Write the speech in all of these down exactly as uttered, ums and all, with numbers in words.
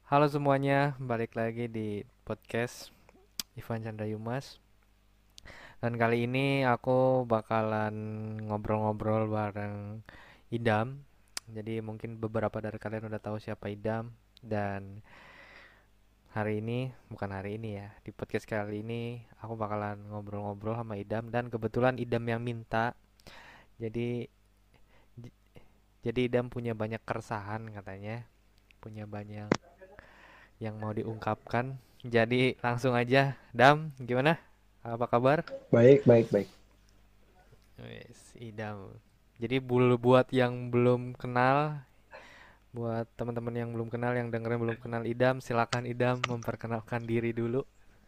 Halo semuanya, balik lagi di podcast Ivan Chandra Yumas. Dan kali ini aku bakalan ngobrol-ngobrol bareng Idam. Jadi mungkin beberapa dari kalian udah tahu siapa Idam. Dan hari ini, bukan hari ini ya, di podcast kali ini aku bakalan ngobrol-ngobrol sama Idam. Dan kebetulan Idam yang minta. Jadi j- jadi Idam punya banyak keresahan katanya, punya banyak yang mau diungkapkan. Jadi langsung aja, Dam, gimana? Apa kabar? Baik, baik, baik. Wes, idam. Jadi bulu buat yang belum kenal, buat teman-teman yang belum kenal, yang dengerin belum kenal Idam, silakan Idam memperkenalkan diri dulu.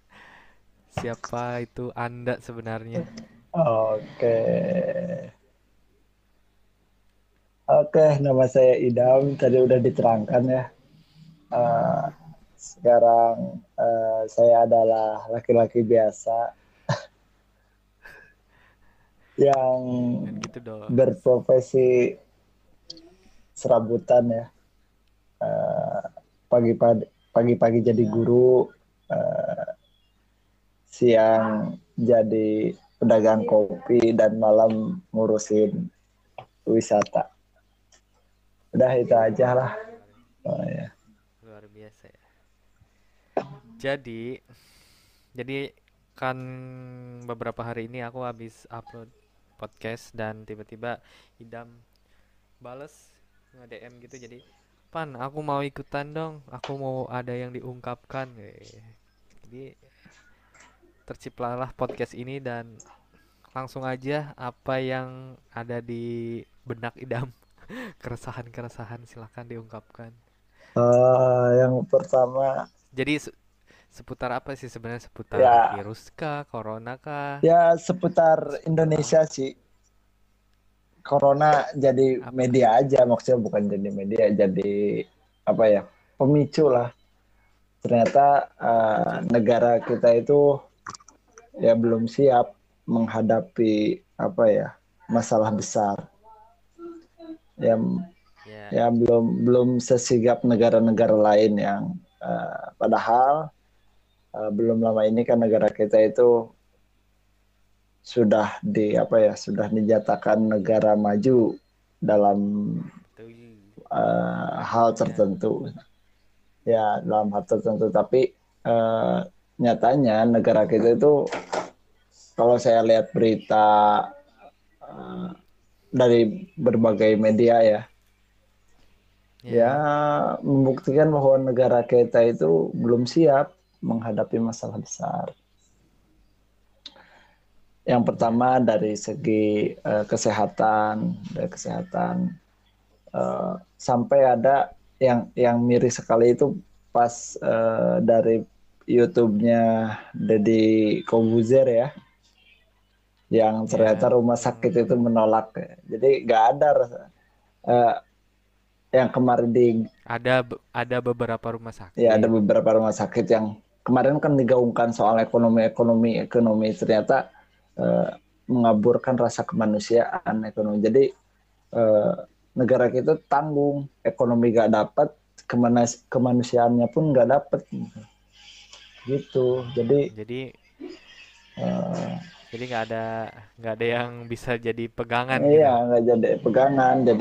Siapa itu Anda sebenarnya? Oke. Oke, nama saya Idam. Tadi udah diterangkan ya. Eh, Sekarang eh, saya adalah laki-laki biasa yang Dan gitu dong. berprofesi serabutan ya. Eh, Pagi-pagi pagi-pagi jadi guru, eh, siang jadi pedagang kopi dan malam ngurusin wisata. Udah itu aja lah. Luar, Oh, ya. luar biasa ya. Jadi, jadi kan beberapa hari ini aku habis upload podcast dan tiba-tiba Idam bales nge-D M gitu jadi Pan, aku mau ikutan dong. Aku mau ada yang diungkapkan. Eh, Jadi terciptalah podcast ini dan langsung aja apa yang ada di benak Idam. Keresahan-keresahan silahkan diungkapkan. Eh, yang pertama Jadi se- seputar apa sih sebenarnya? Seputar ya virus kah? Corona kah? ya seputar Seputar Indonesia apa? sih. Corona jadi Apa tuh? media aja, maksudnya bukan jadi media, jadi apa ya, pemicu lah. Ternyata eh, Pemicu. negara kita itu ya belum siap menghadapi apa ya, masalah besar. Ya, Ya, ya belum belum sesigap negara-negara lain yang eh, padahal eh, belum lama ini kan negara kita itu sudah di apa ya, sudah dinyatakan negara maju dalam betul. eh, hal Ya, tertentu, ya dalam hal tertentu, tapi eh, nyatanya negara kita itu kalau saya lihat berita eh, dari berbagai media ya ya ya, membuktikan bahwa negara kita itu belum siap menghadapi masalah besar. Yang ya, pertama dari segi eh, kesehatan, dari kesehatan eh, sampai ada yang yang miris sekali itu pas eh, dari YouTube-nya Deddy Kobuzer ya, yang ternyata ya. rumah Yang sakit itu menolak. Jadi nggak ada eh, yang kemarin di ada be- ada beberapa rumah ya ada sakit. beberapa rumah sakit yang kemarin kan digaungkan soal ekonomi ekonomi ekonomi, ternyata eh, mengaburkan rasa kemanusiaan ekonomi. Jadi eh, negara kita tanggung, ekonomi gak dapat, kemanas kemanusiaannya pun gak dapat gitu. Jadi Jadi eh, jadi nggak ada nggak ada yang bisa jadi pegangan iya gitu. nggak jadi pegangan. Jadi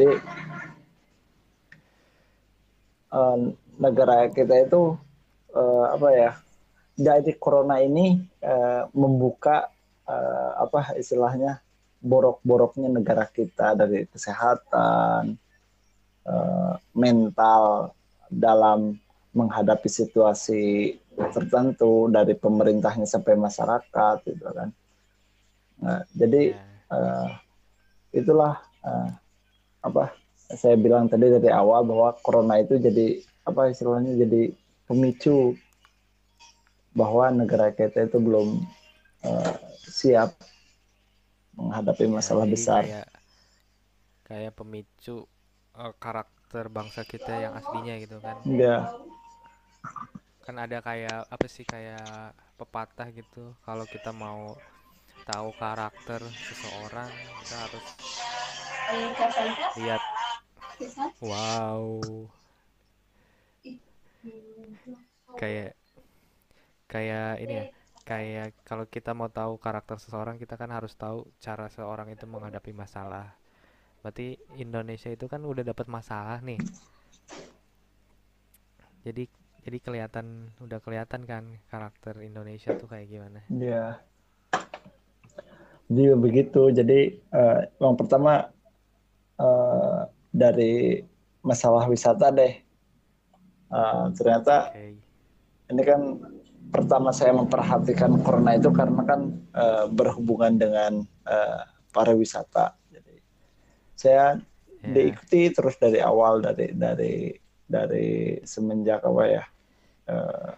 eh, negara kita itu eh, apa ya? Jadi corona ini eh, membuka eh, apa istilahnya, borok-boroknya negara kita dari kesehatan, eh, mental dalam menghadapi situasi tertentu dari pemerintahnya sampai masyarakat gitu kan. Nah, jadi Ya, uh, itulah uh, apa saya bilang tadi dari awal bahwa corona itu jadi apa istilahnya, jadi pemicu bahwa negara kita itu belum uh, siap menghadapi ya. masalah Jadi besar. kayak kayak pemicu eh, karakter bangsa kita yang aslinya gitu kan. Ya, Kan ada kayak apa sih kayak pepatah gitu. Kalau kita mau tahu karakter seseorang, kita harus lihat. Wow. Kayak kayak ini ya, kayak kalau kita mau tahu karakter seseorang, kita kan harus tahu cara seseorang itu menghadapi masalah. Berarti Indonesia itu kan udah dapat masalah nih. Jadi jadi kelihatan udah kelihatan kan karakter Indonesia tuh kayak gimana. Ya, jadi begitu. Jadi uh, yang pertama uh, dari masalah wisata deh. Uh, ternyata Oke. ini kan pertama saya memperhatikan corona itu karena kan uh, berhubungan dengan uh, pariwisata. Jadi saya Ya, diikuti terus dari awal dari dari dari semenjak apa ya? Uh,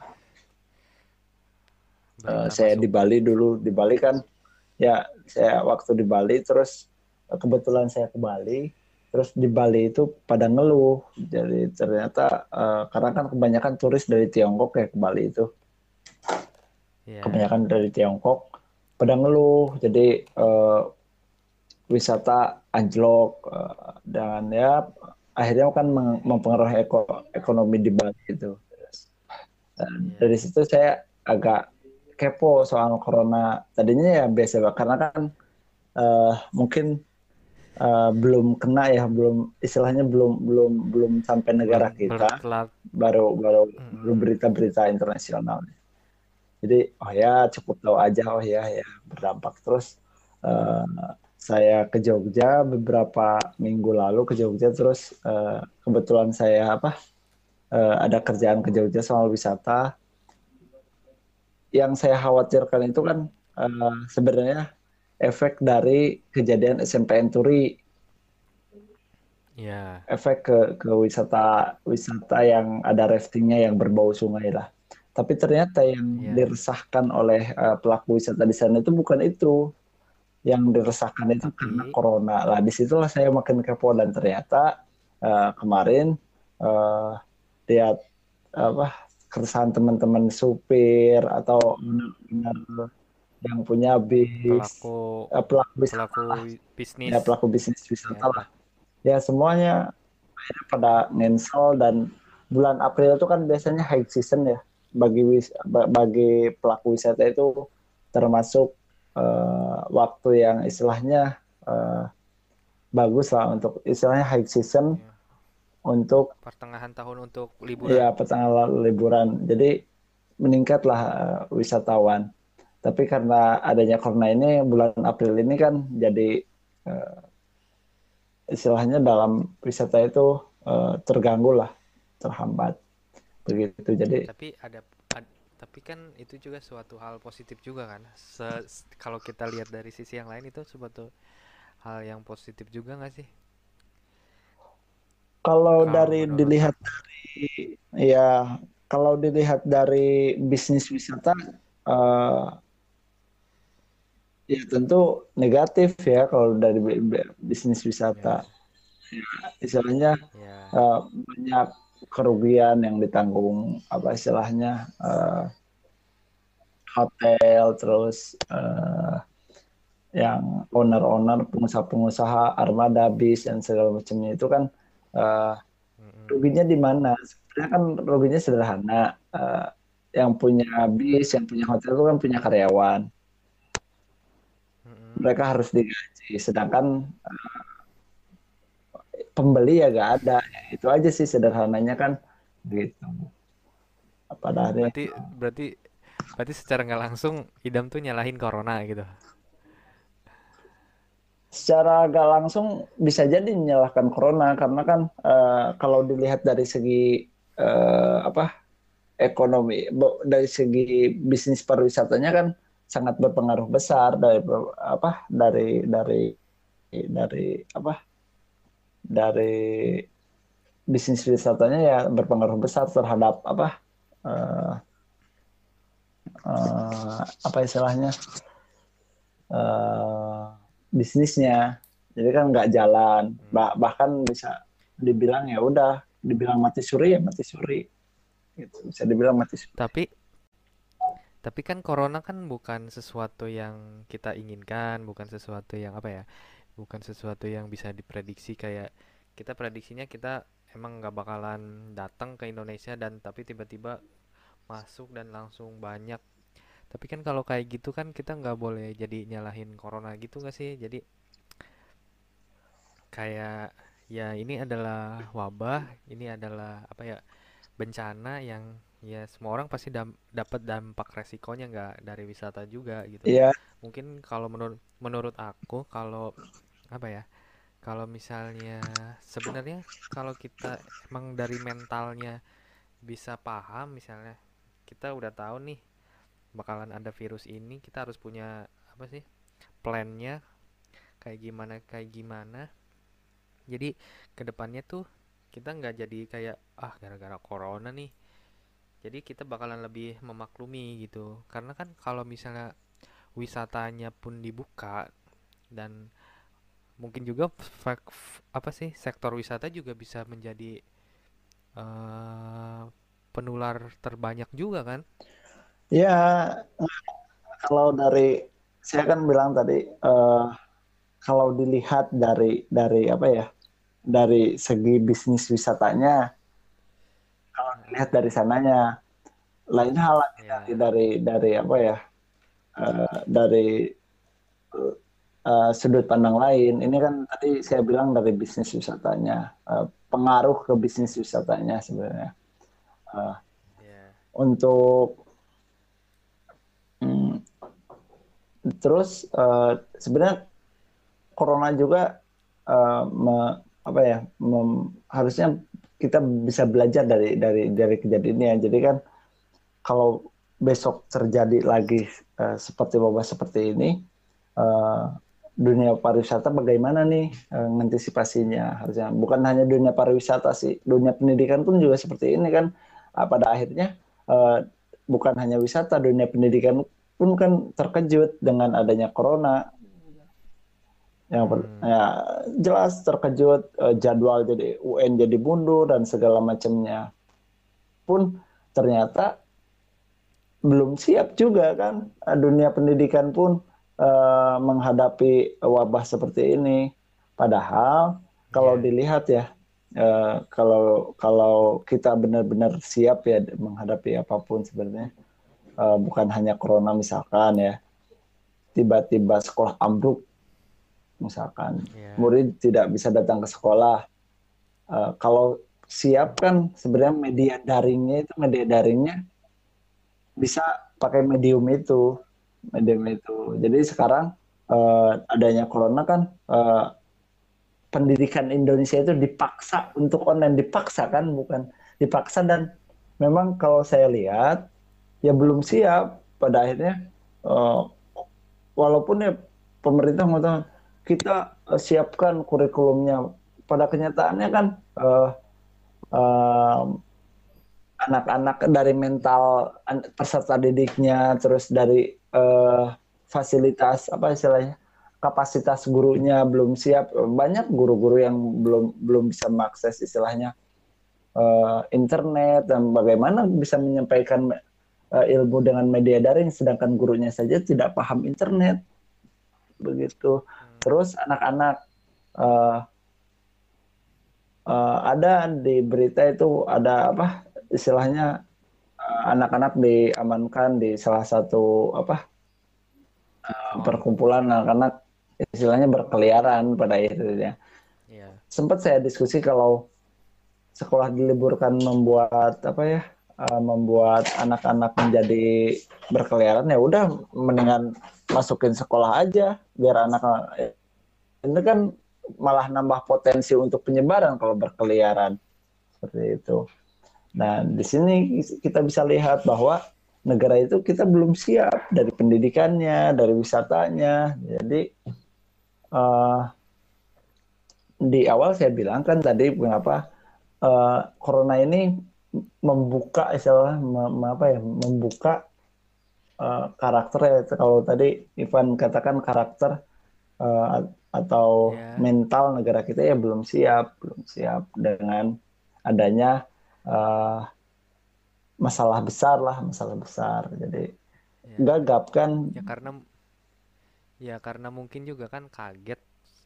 uh, berita saya masuk. di Bali dulu di Bali kan ya saya waktu di Bali terus uh, kebetulan saya ke Bali terus di Bali itu pada ngeluh jadi ternyata uh, karena kan kebanyakan turis dari Tiongkok ya ke Bali itu Ya, kebanyakan dari Tiongkok pada ngeluh jadi uh, wisata anjlok uh, dan ya akhirnya kan mempengaruhi eko, ekonomi di Bali itu. Dan dari ya. situ saya agak kepo soal corona. Tadinya ya biasa karena kan uh, mungkin uh, belum kena ya, belum istilahnya belum belum belum sampai negara Belum kita, bertelat. baru baru baru Mm-mm. berita-berita internasional. Jadi oh ya cukup tahu aja oh ya ya berdampak terus uh, saya ke Jogja beberapa minggu lalu ke Jogja terus uh, kebetulan saya apa uh, ada kerjaan ke Jogja soal wisata yang saya khawatirkan itu kan uh, sebenarnya efek dari kejadian S M P N Turi Ya, efek ke ke wisata wisata yang ada raftingnya yang berbau sungai lah. Tapi ternyata yang ya. diresahkan oleh uh, pelaku wisata di sana itu bukan itu. Yang diresahkan itu karena Tapi corona. Lah disitulah saya makin kepo dan ternyata uh, kemarin uh, lihat apa keresahan teman-teman supir atau owner-owner yang punya bis, pelaku uh, pelaku wisata pelaku lah, ya bisnis pelaku bisnis ya wisata lah. pelak Ya semuanya pada ngensel dan bulan April itu kan biasanya high season ya bagi wis, bagi pelaku wisata itu termasuk uh, waktu yang istilahnya uh, bagus lah untuk istilahnya high season ya, untuk pertengahan tahun untuk ya liburan. pertengahan liburan. Jadi meningkatlah uh, wisatawan. Tapi karena adanya corona ini bulan April ini kan jadi uh, istilahnya dalam wisata itu uh, terganggu lah, terhambat begitu. Jadi Tapi ada ad- tapi kan itu juga suatu hal positif juga kan. Se- kalau kita lihat dari sisi yang lain itu suatu hal yang positif juga nggak sih? kalau Kalau dari menurut dilihat aku. ya kalau dilihat dari bisnis wisata uh, ya tentu negatif ya kalau dari bi- bi- bisnis wisata. Ya, Istilahnya ya. uh, banyak kerugian yang ditanggung apa istilahnya uh, hotel terus uh, yang owner-owner pengusaha-pengusaha armada bis dan segala macamnya itu kan uh, Mm-mm. ruginya di mana? Sebenarnya kan ruginya sederhana. Uh, yang punya bis, yang punya hotel itu kan punya karyawan. Mm-mm. Mereka harus digaji. Sedangkan pembeli ya gak ada. Itu aja sih sederhananya kan gitu. Pada akhirnya Berarti berarti berarti secara nggak langsung Idam tuh nyalahin corona gitu. secara gak langsung bisa jadi menyalahkan corona karena kan uh, kalau dilihat dari segi uh, apa ekonomi dari segi bisnis pariwisatanya kan sangat berpengaruh besar dari apa dari dari dari apa dari bisnis wisatanya ya berpengaruh besar terhadap apa uh, uh, apa istilahnya uh, bisnisnya jadi kan nggak jalan bah Hmm. bahkan bisa dibilang ya udah dibilang mati suri ya mati suri gitu bisa dibilang mati suri. Tapi tapi kan corona kan bukan sesuatu yang kita inginkan, bukan sesuatu yang apa ya? Bukan sesuatu yang bisa diprediksi kayak kita prediksinya kita emang nggak bakalan datang ke Indonesia dan tapi tiba-tiba masuk dan langsung banyak. Tapi kan kalau kayak gitu kan kita nggak boleh jadi nyalahin corona gitu nggak sih? Jadi kayak ya ini adalah wabah, ini adalah apa ya, bencana yang ya semua orang pasti dam- dapat dampak resikonya nggak dari wisata juga gitu. Iya, Mungkin kalau menurut menurut aku kalau apa ya, kalau misalnya sebenarnya kalau kita emang dari mentalnya bisa paham, misalnya kita udah tahu nih bakalan ada virus ini, kita harus punya apa sih, plannya kayak gimana kayak gimana. Jadi kedepannya tuh kita nggak jadi kayak ah gara-gara corona nih. Jadi kita bakalan lebih memaklumi gitu. Karena kan kalau misalnya wisatanya pun dibuka dan mungkin juga fak- f- apa sih, sektor wisata juga bisa menjadi eh, penular terbanyak juga kan? ya kalau dari saya kan bilang tadi eh, kalau dilihat dari dari apa ya dari segi bisnis wisatanya, kalau dilihat Mm-mm. dari sananya, lain hal lagi dari Ya, dari dari apa ya eh, dari eh, sudut pandang lain. Ini kan tadi saya bilang dari bisnis wisatanya, eh, pengaruh ke bisnis wisatanya sebenarnya. Eh, ya, untuk hmm, terus eh, sebenarnya corona juga eh, me- apa ya mem- harusnya kita bisa belajar dari dari dari kejadian ini ya. Jadi kan kalau besok terjadi lagi eh, seperti wabah seperti ini, eh, dunia pariwisata bagaimana nih eh, mengantisipasinya? Harusnya bukan hanya dunia pariwisata sih, dunia pendidikan pun juga seperti ini kan. Ah, pada akhirnya eh, bukan hanya wisata, dunia pendidikan pun kan terkejut dengan adanya corona. Yang per- hmm, ya, jelas terkejut, eh, jadwal jadi U N jadi mundur dan segala macamnya pun ternyata belum siap juga kan. Eh, dunia pendidikan pun eh, menghadapi wabah seperti ini. Padahal kalau ya, dilihat ya, eh, kalau kalau kita benar-benar siap ya menghadapi apapun sebenarnya, eh, bukan hanya corona misalkan ya, tiba-tiba sekolah ambruk misalkan, ya, murid tidak bisa datang ke sekolah. Eh, kalau siap kan sebenarnya media daringnya itu media daringnya bisa pakai medium itu medium itu. Jadi sekarang eh, adanya corona kan eh, pendidikan Indonesia itu dipaksa untuk online, dipaksa kan, bukan dipaksa. Dan memang kalau saya lihat ya belum siap pada akhirnya. Eh, walaupun ya pemerintah mengatakan kita eh, siapkan kurikulumnya, pada kenyataannya kan eh, eh, anak-anak dari mental an- peserta didiknya, terus dari eh, fasilitas apa istilahnya, kapasitas gurunya belum siap. Banyak guru-guru yang belum belum bisa mengakses istilahnya eh, internet, dan bagaimana bisa menyampaikan eh, ilmu dengan media daring sedangkan gurunya saja tidak paham internet begitu. hmm, Terus anak-anak eh, eh, ada di berita itu ada apa istilahnya, anak-anak diamankan di salah satu apa mall, perkumpulan anak-anak, istilahnya berkeliaran pada akhirnya. ya, Sempat saya diskusi kalau sekolah diliburkan membuat apa ya, eh, membuat anak-anak menjadi berkeliaran, ya udah mendingan masukin sekolah aja biar anak ini kan malah nambah potensi untuk penyebaran kalau berkeliaran seperti itu. Dan di sini kita bisa lihat bahwa negara itu kita belum siap dari pendidikannya, dari wisatanya. Jadi uh, di awal saya bilang kan tadi mengapa uh, corona ini membuka istilah mem, apa ya, membuka uh, karakter ya. Kalau tadi Ivan katakan karakter uh, atau ya, mental negara kita ya belum siap, belum siap dengan adanya uh, masalah besar lah, masalah besar. Jadi ya, gagap kan. ya karena ya karena mungkin juga kan kaget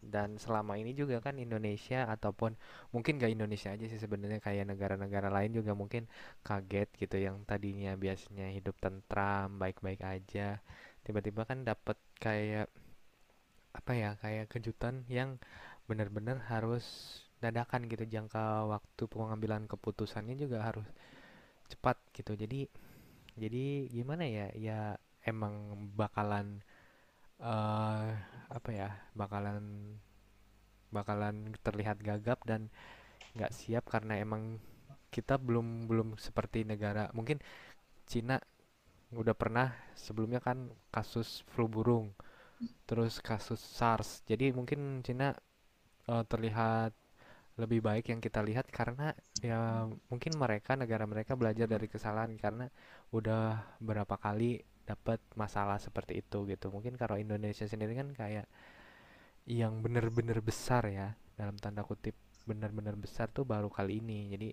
Dan selama ini juga kan Indonesia ataupun mungkin gak Indonesia aja sih sebenarnya, kayak negara-negara lain juga mungkin kaget gitu, yang tadinya biasanya hidup tentram, baik-baik aja, tiba-tiba kan dapat kayak apa ya, kayak kejutan yang benar-benar harus dadakan gitu, jangka waktu pengambilan keputusannya juga harus cepat gitu. Jadi jadi gimana ya, ya emang bakalan eh apa ya, bakalan bakalan terlihat gagap dan nggak siap, karena emang kita belum belum seperti negara mungkin Cina udah pernah sebelumnya kan kasus flu burung, terus kasus SARS. Jadi mungkin Cina eh, terlihat lebih baik yang kita lihat karena ya mungkin mereka, negara mereka belajar dari kesalahan karena udah berapa kali dapat masalah seperti itu gitu. Mungkin kalau Indonesia sendiri kan kayak yang bener-bener besar ya, dalam tanda kutip bener-bener besar tuh baru kali ini. Jadi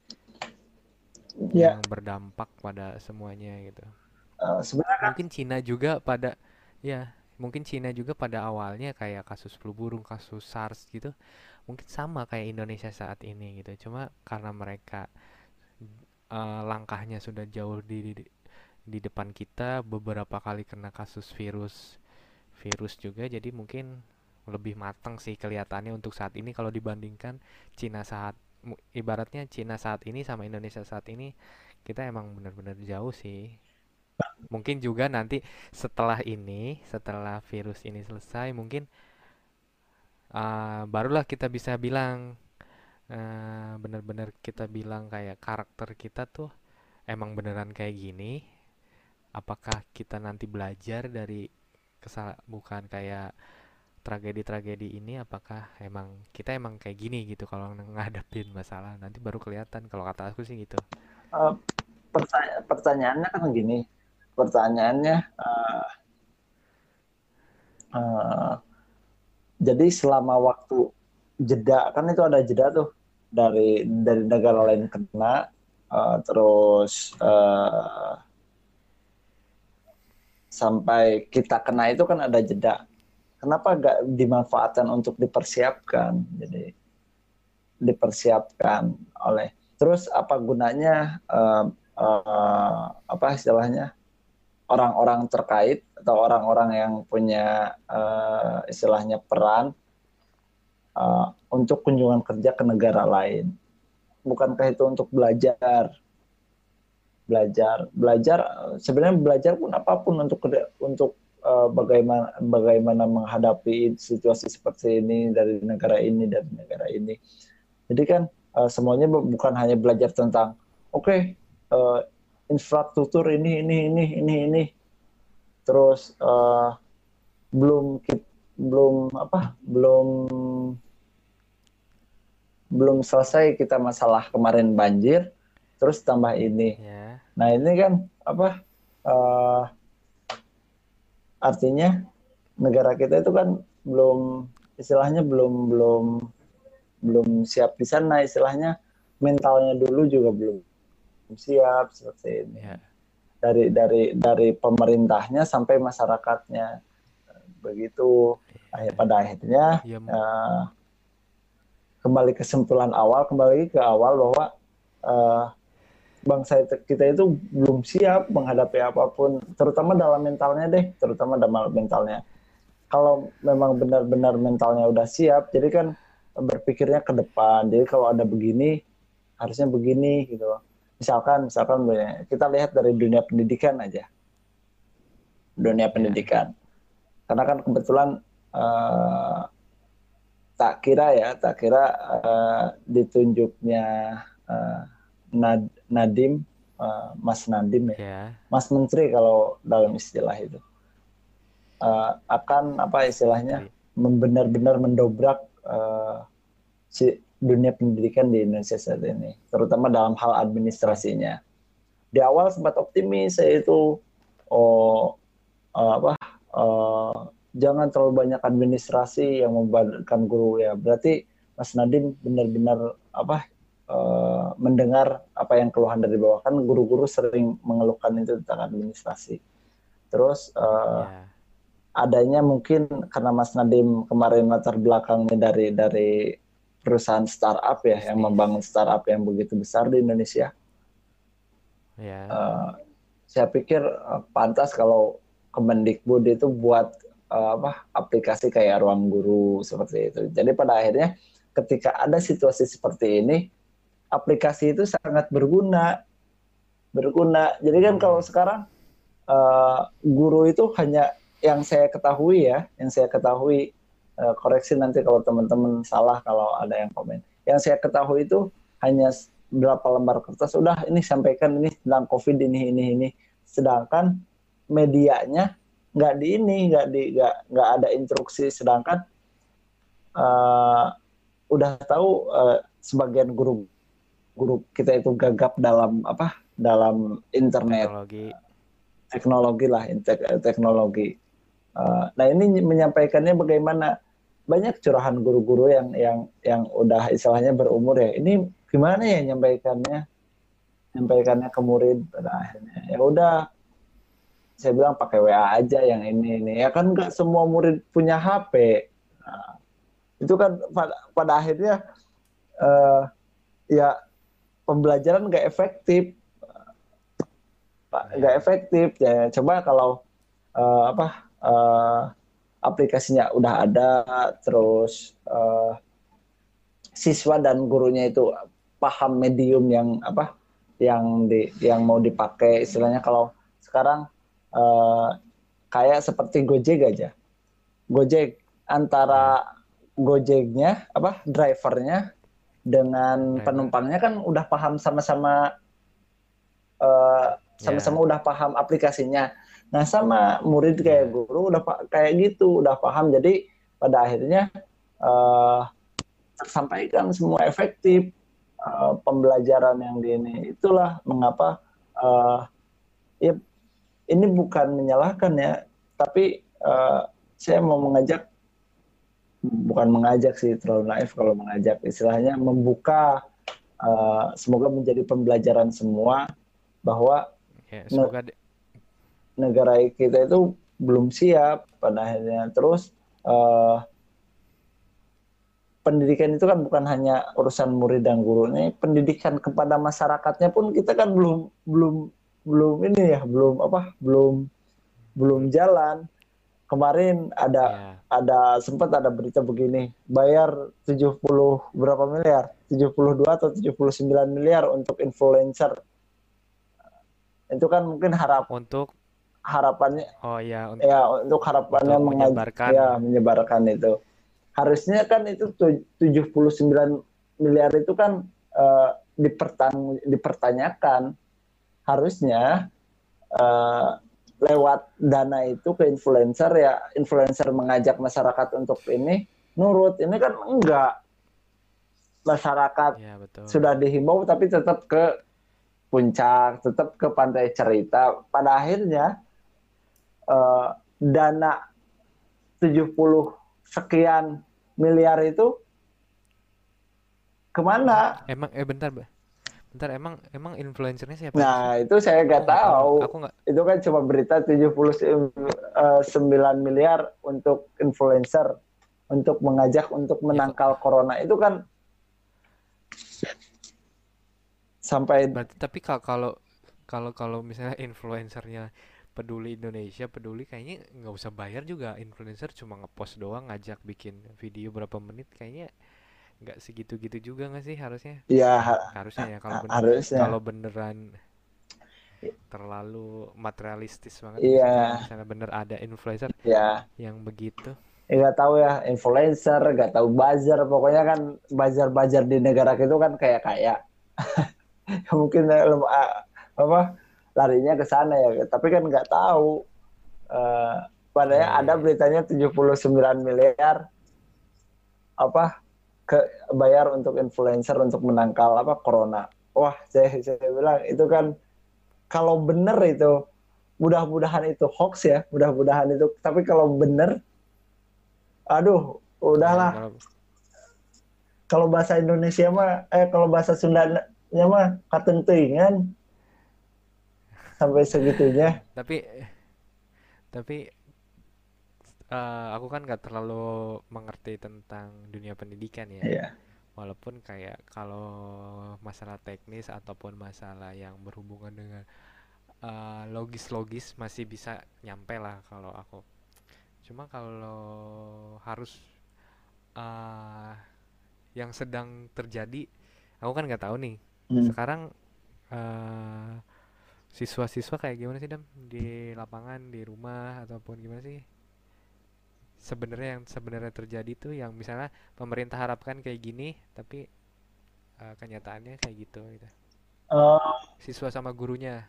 Ya, yang berdampak pada semuanya gitu. uh, sebenarnya Mungkin Cina juga pada ya, mungkin Cina juga pada awalnya kayak kasus flu burung, kasus SARS gitu, mungkin sama kayak Indonesia saat ini gitu. Cuma karena mereka eh, langkahnya sudah jauh di, di di depan kita, beberapa kali kena kasus virus virus juga, jadi mungkin lebih matang sih kelihatannya untuk saat ini kalau dibandingkan Cina saat ibaratnya Cina saat ini sama Indonesia saat ini, kita emang benar-benar jauh sih. Mungkin juga nanti setelah ini, setelah virus ini selesai, mungkin uh, barulah kita bisa bilang uh, benar-benar kita bilang kayak karakter kita tuh emang beneran kayak gini. Apakah kita nanti belajar dari kesal bukan kayak tragedi-tragedi ini, apakah emang kita emang kayak gini gitu kalau ngadepin masalah, nanti baru kelihatan kalau kata aku sih gitu. uh, pertanya- pertanyaannya kan gini, pertanyaannya uh, uh, jadi selama waktu jeda kan itu ada jeda tuh dari dari negara lain Ya, kena, uh, terus uh, sampai kita kena itu kan ada jeda. Kenapa gak dimanfaatkan untuk dipersiapkan? Jadi dipersiapkan oleh. Terus apa gunanya uh, uh, apa istilahnya orang-orang terkait atau orang-orang yang punya uh, istilahnya peran uh, untuk kunjungan kerja ke negara lain? Bukankah itu untuk belajar? Belajar, belajar sebenarnya belajar pun apapun untuk untuk uh, bagaimana bagaimana menghadapi situasi seperti ini dari negara ini dari negara ini. Jadi kan uh, semuanya bukan hanya belajar tentang oke okay, uh, infrastruktur ini ini ini ini ini terus uh, belum belum apa belum belum selesai kita masalah kemarin banjir terus tambah ini. ya, Nah ini kan apa uh, artinya negara kita itu kan belum istilahnya belum belum belum siap di sana, istilahnya mentalnya dulu juga belum siap seperti ini. ya, Dari dari dari pemerintahnya sampai masyarakatnya begitu. Akhir ya, pada akhirnya ya, uh, kembali kesimpulan awal, kembali ke awal bahwa uh, bangsa kita itu belum siap menghadapi apapun, terutama dalam mentalnya deh, terutama dalam mentalnya. Kalau memang benar-benar mentalnya udah siap, jadi kan berpikirnya ke depan. Jadi kalau ada begini, harusnya begini gitu. Misalkan, misalkan kita lihat dari dunia pendidikan aja, dunia ya, pendidikan. Karena kan kebetulan uh, tak kira ya, tak kira uh, ditunjuknya uh, Nad, Nadim, uh, Mas Nadim ya, ya, Mas Menteri kalau dalam istilah itu uh, akan apa Mas istilahnya Menteri. benar-benar mendobrak uh, si dunia pendidikan di Indonesia saat ini, terutama dalam hal Ya, administrasinya. Di awal sempat optimis saya itu, oh uh, apa uh, jangan terlalu banyak administrasi yang membebankan guru ya. Berarti Mas Nadim benar-benar apa uh, mendengar apa yang keluhan dari bawah, kan guru-guru sering mengeluhkan itu tentang administrasi. Terus uh, ya, adanya mungkin karena Mas Nadim kemarin latar belakangnya dari dari perusahaan startup ya yang bisnis. membangun startup yang begitu besar di Indonesia. Ya, Eh, saya pikir eh, pantas kalau Kemendikbud itu buat eh, apa aplikasi kayak ruang guru seperti itu. Jadi pada akhirnya ketika ada situasi seperti ini, aplikasi itu sangat berguna, berguna. Jadi kan kalau hmm, sekarang eh, guru itu hanya yang saya ketahui ya, yang saya ketahui eh, koreksi nanti kalau teman-teman salah kalau ada yang komen. Yang saya ketahui itu hanya berapa lembar kertas, udah ini sampaikan ini tentang COVID ini ini ini. Sedangkan medianya nggak di ini, nggak di nggak nggak ada instruksi. Sedangkan eh, udah tahu eh, sebagian guru guru kita itu gagap dalam apa dalam internet teknologi. teknologi lah teknologi. Uh, nah ini menyampaikannya bagaimana banyak curahan guru-guru yang yang yang udah istilahnya berumur ya. Ini gimana ya nyampaikannya nyampaikannya ke murid pada akhirnya. Ya udah saya bilang pakai W A aja yang ini ini. Ya kan nggak semua murid punya H P. Nah, itu kan pada, pada akhirnya uh, ya pembelajaran nggak efektif, nggak Ya, efektif ya. Coba kalau uh, apa uh, aplikasinya udah ada, terus uh, siswa dan gurunya itu paham medium yang apa yang di yang mau dipakai istilahnya kalau sekarang uh, kayak seperti Gojek aja. Gojek ya, antara Gojeknya apa drivernya dengan driver. penumpangnya kan udah paham sama-sama uh, sama-sama Ya, udah paham aplikasinya. Nah, sama murid kayak ya, guru udah kayak gitu, udah paham. Jadi pada akhirnya uh, tersampaikan semua efektif uh, pembelajaran yang di ini. Itulah mengapa uh, ya ini bukan menyalahkan ya, tapi uh, saya mau mengajak bukan mengajak sih terlalu naif kalau mengajak istilahnya membuka uh, semoga menjadi pembelajaran semua bahwa ya. ne- Semoga de- negara kita itu belum siap pada akhirnya. Terus uh, pendidikan itu kan bukan hanya urusan murid dan guru, ini pendidikan kepada masyarakatnya pun kita kan belum belum belum ini ya belum apa belum belum jalan. Kemarin ada ya, ada sempat ada berita begini, bayar tujuh puluh berapa miliar, tujuh puluh dua atau tujuh puluh sembilan miliar untuk influencer. Itu kan mungkin harap untuk harapannya oh ya, un- ya untuk harapannya untuk mengaj menyebarkan. ya menyebarkan itu. Harusnya kan itu tujuh puluh sembilan miliar itu kan uh, dipertang dipertanyakan. Harusnya uh, lewat dana itu ke influencer ya influencer mengajak masyarakat untuk ini nurut. Ini kan enggak, masyarakat Ya, betul. sudah dihimbau tapi tetap ke puncak, tetap ke pantai cerita. Pada akhirnya uh, dana tujuh puluh sekian miliar itu kemana? Emang eh bentar, Ba. Bentar, emang emang influencernya siapa aja sih? Nah, itu saya Aku nggak nggak tahu. tahu. Aku nggak. Itu kan cuma berita tujuh puluh sembilan miliar untuk influencer, untuk mengajak untuk Ya kok. menangkal corona. Itu kan sampai, Berarti tapi ka- kalau kalau kalau misalnya influencernya peduli Indonesia, peduli, kayaknya nggak usah bayar juga. Influencer cuma ngepost doang, ngajak bikin video berapa menit, kayaknya nggak segitu-gitu juga nggak sih harusnya? ya Harusnya ya, kalau ben kalau harusnya. beneran terlalu materialistis banget, misalnya Iya, misalnya bener ada influencer ya. yang begitu. Ya, nggak tahu ya, influencer, nggak tahu buzzer. Pokoknya kan buzzer-buzzer di negara itu kan kayak-kayak. Mungkin eh, apa larinya ke sana ya. Tapi kan nggak tahu. Uh, padahal Iya, iya, ada iya. beritanya tujuh puluh sembilan miliar apa ke bayar untuk influencer untuk menangkal apa corona. Wah, saya saya bilang itu kan kalau benar itu mudah-mudahan itu hoax ya, mudah-mudahan itu. Tapi kalau benar, aduh, Ya udahlah. kalau Kalau bahasa Indonesia mah, eh kalau bahasa Sundanya mah katentingan sampai segitunya. tapi tapi eh, aku kan nggak terlalu mengerti tentang dunia pendidikan ya. Iya. Walaupun kayak kalau masalah teknis ataupun masalah yang berhubungan dengan eh, logis-logis masih bisa nyampe lah kalau aku. Cuma kalau harus eh, yang sedang terjadi, aku kan nggak tahu nih. Hmm. Sekarang eh, siswa-siswa kayak gimana sih Dam di lapangan, di rumah ataupun gimana sih? Sebenarnya yang sebenarnya terjadi tuh yang misalnya pemerintah harapkan kayak gini, tapi eh, kenyataannya kayak gitu gitu. Eh, Siswa sama gurunya.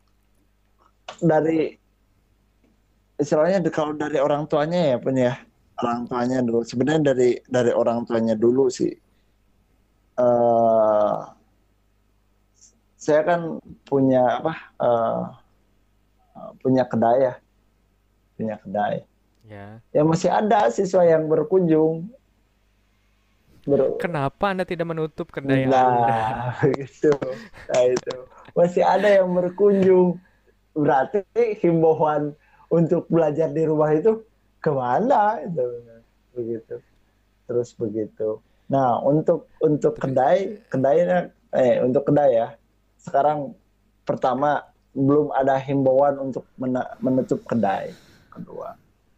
dari istilahnya di- kalau dari orang tuanya ya punya ya, orang tuanya dulu. Sebenarnya dari dari orang tuanya dulu sih. Eh, saya kan punya apa? eh, punya kedai ya, punya kedai. Ya. Ya masih ada siswa yang berkunjung. Ber, Kenapa Anda tidak menutup kedai Anda? nah, begitu. Nah, itu masih ada yang berkunjung. Berarti himbauan untuk belajar di rumah itu kemana itu begitu. Terus begitu. Nah, untuk untuk Terus kedai, kedainya eh untuk kedai ya. Sekarang pertama belum ada himbauan untuk mena- menutup kedai. Kedua,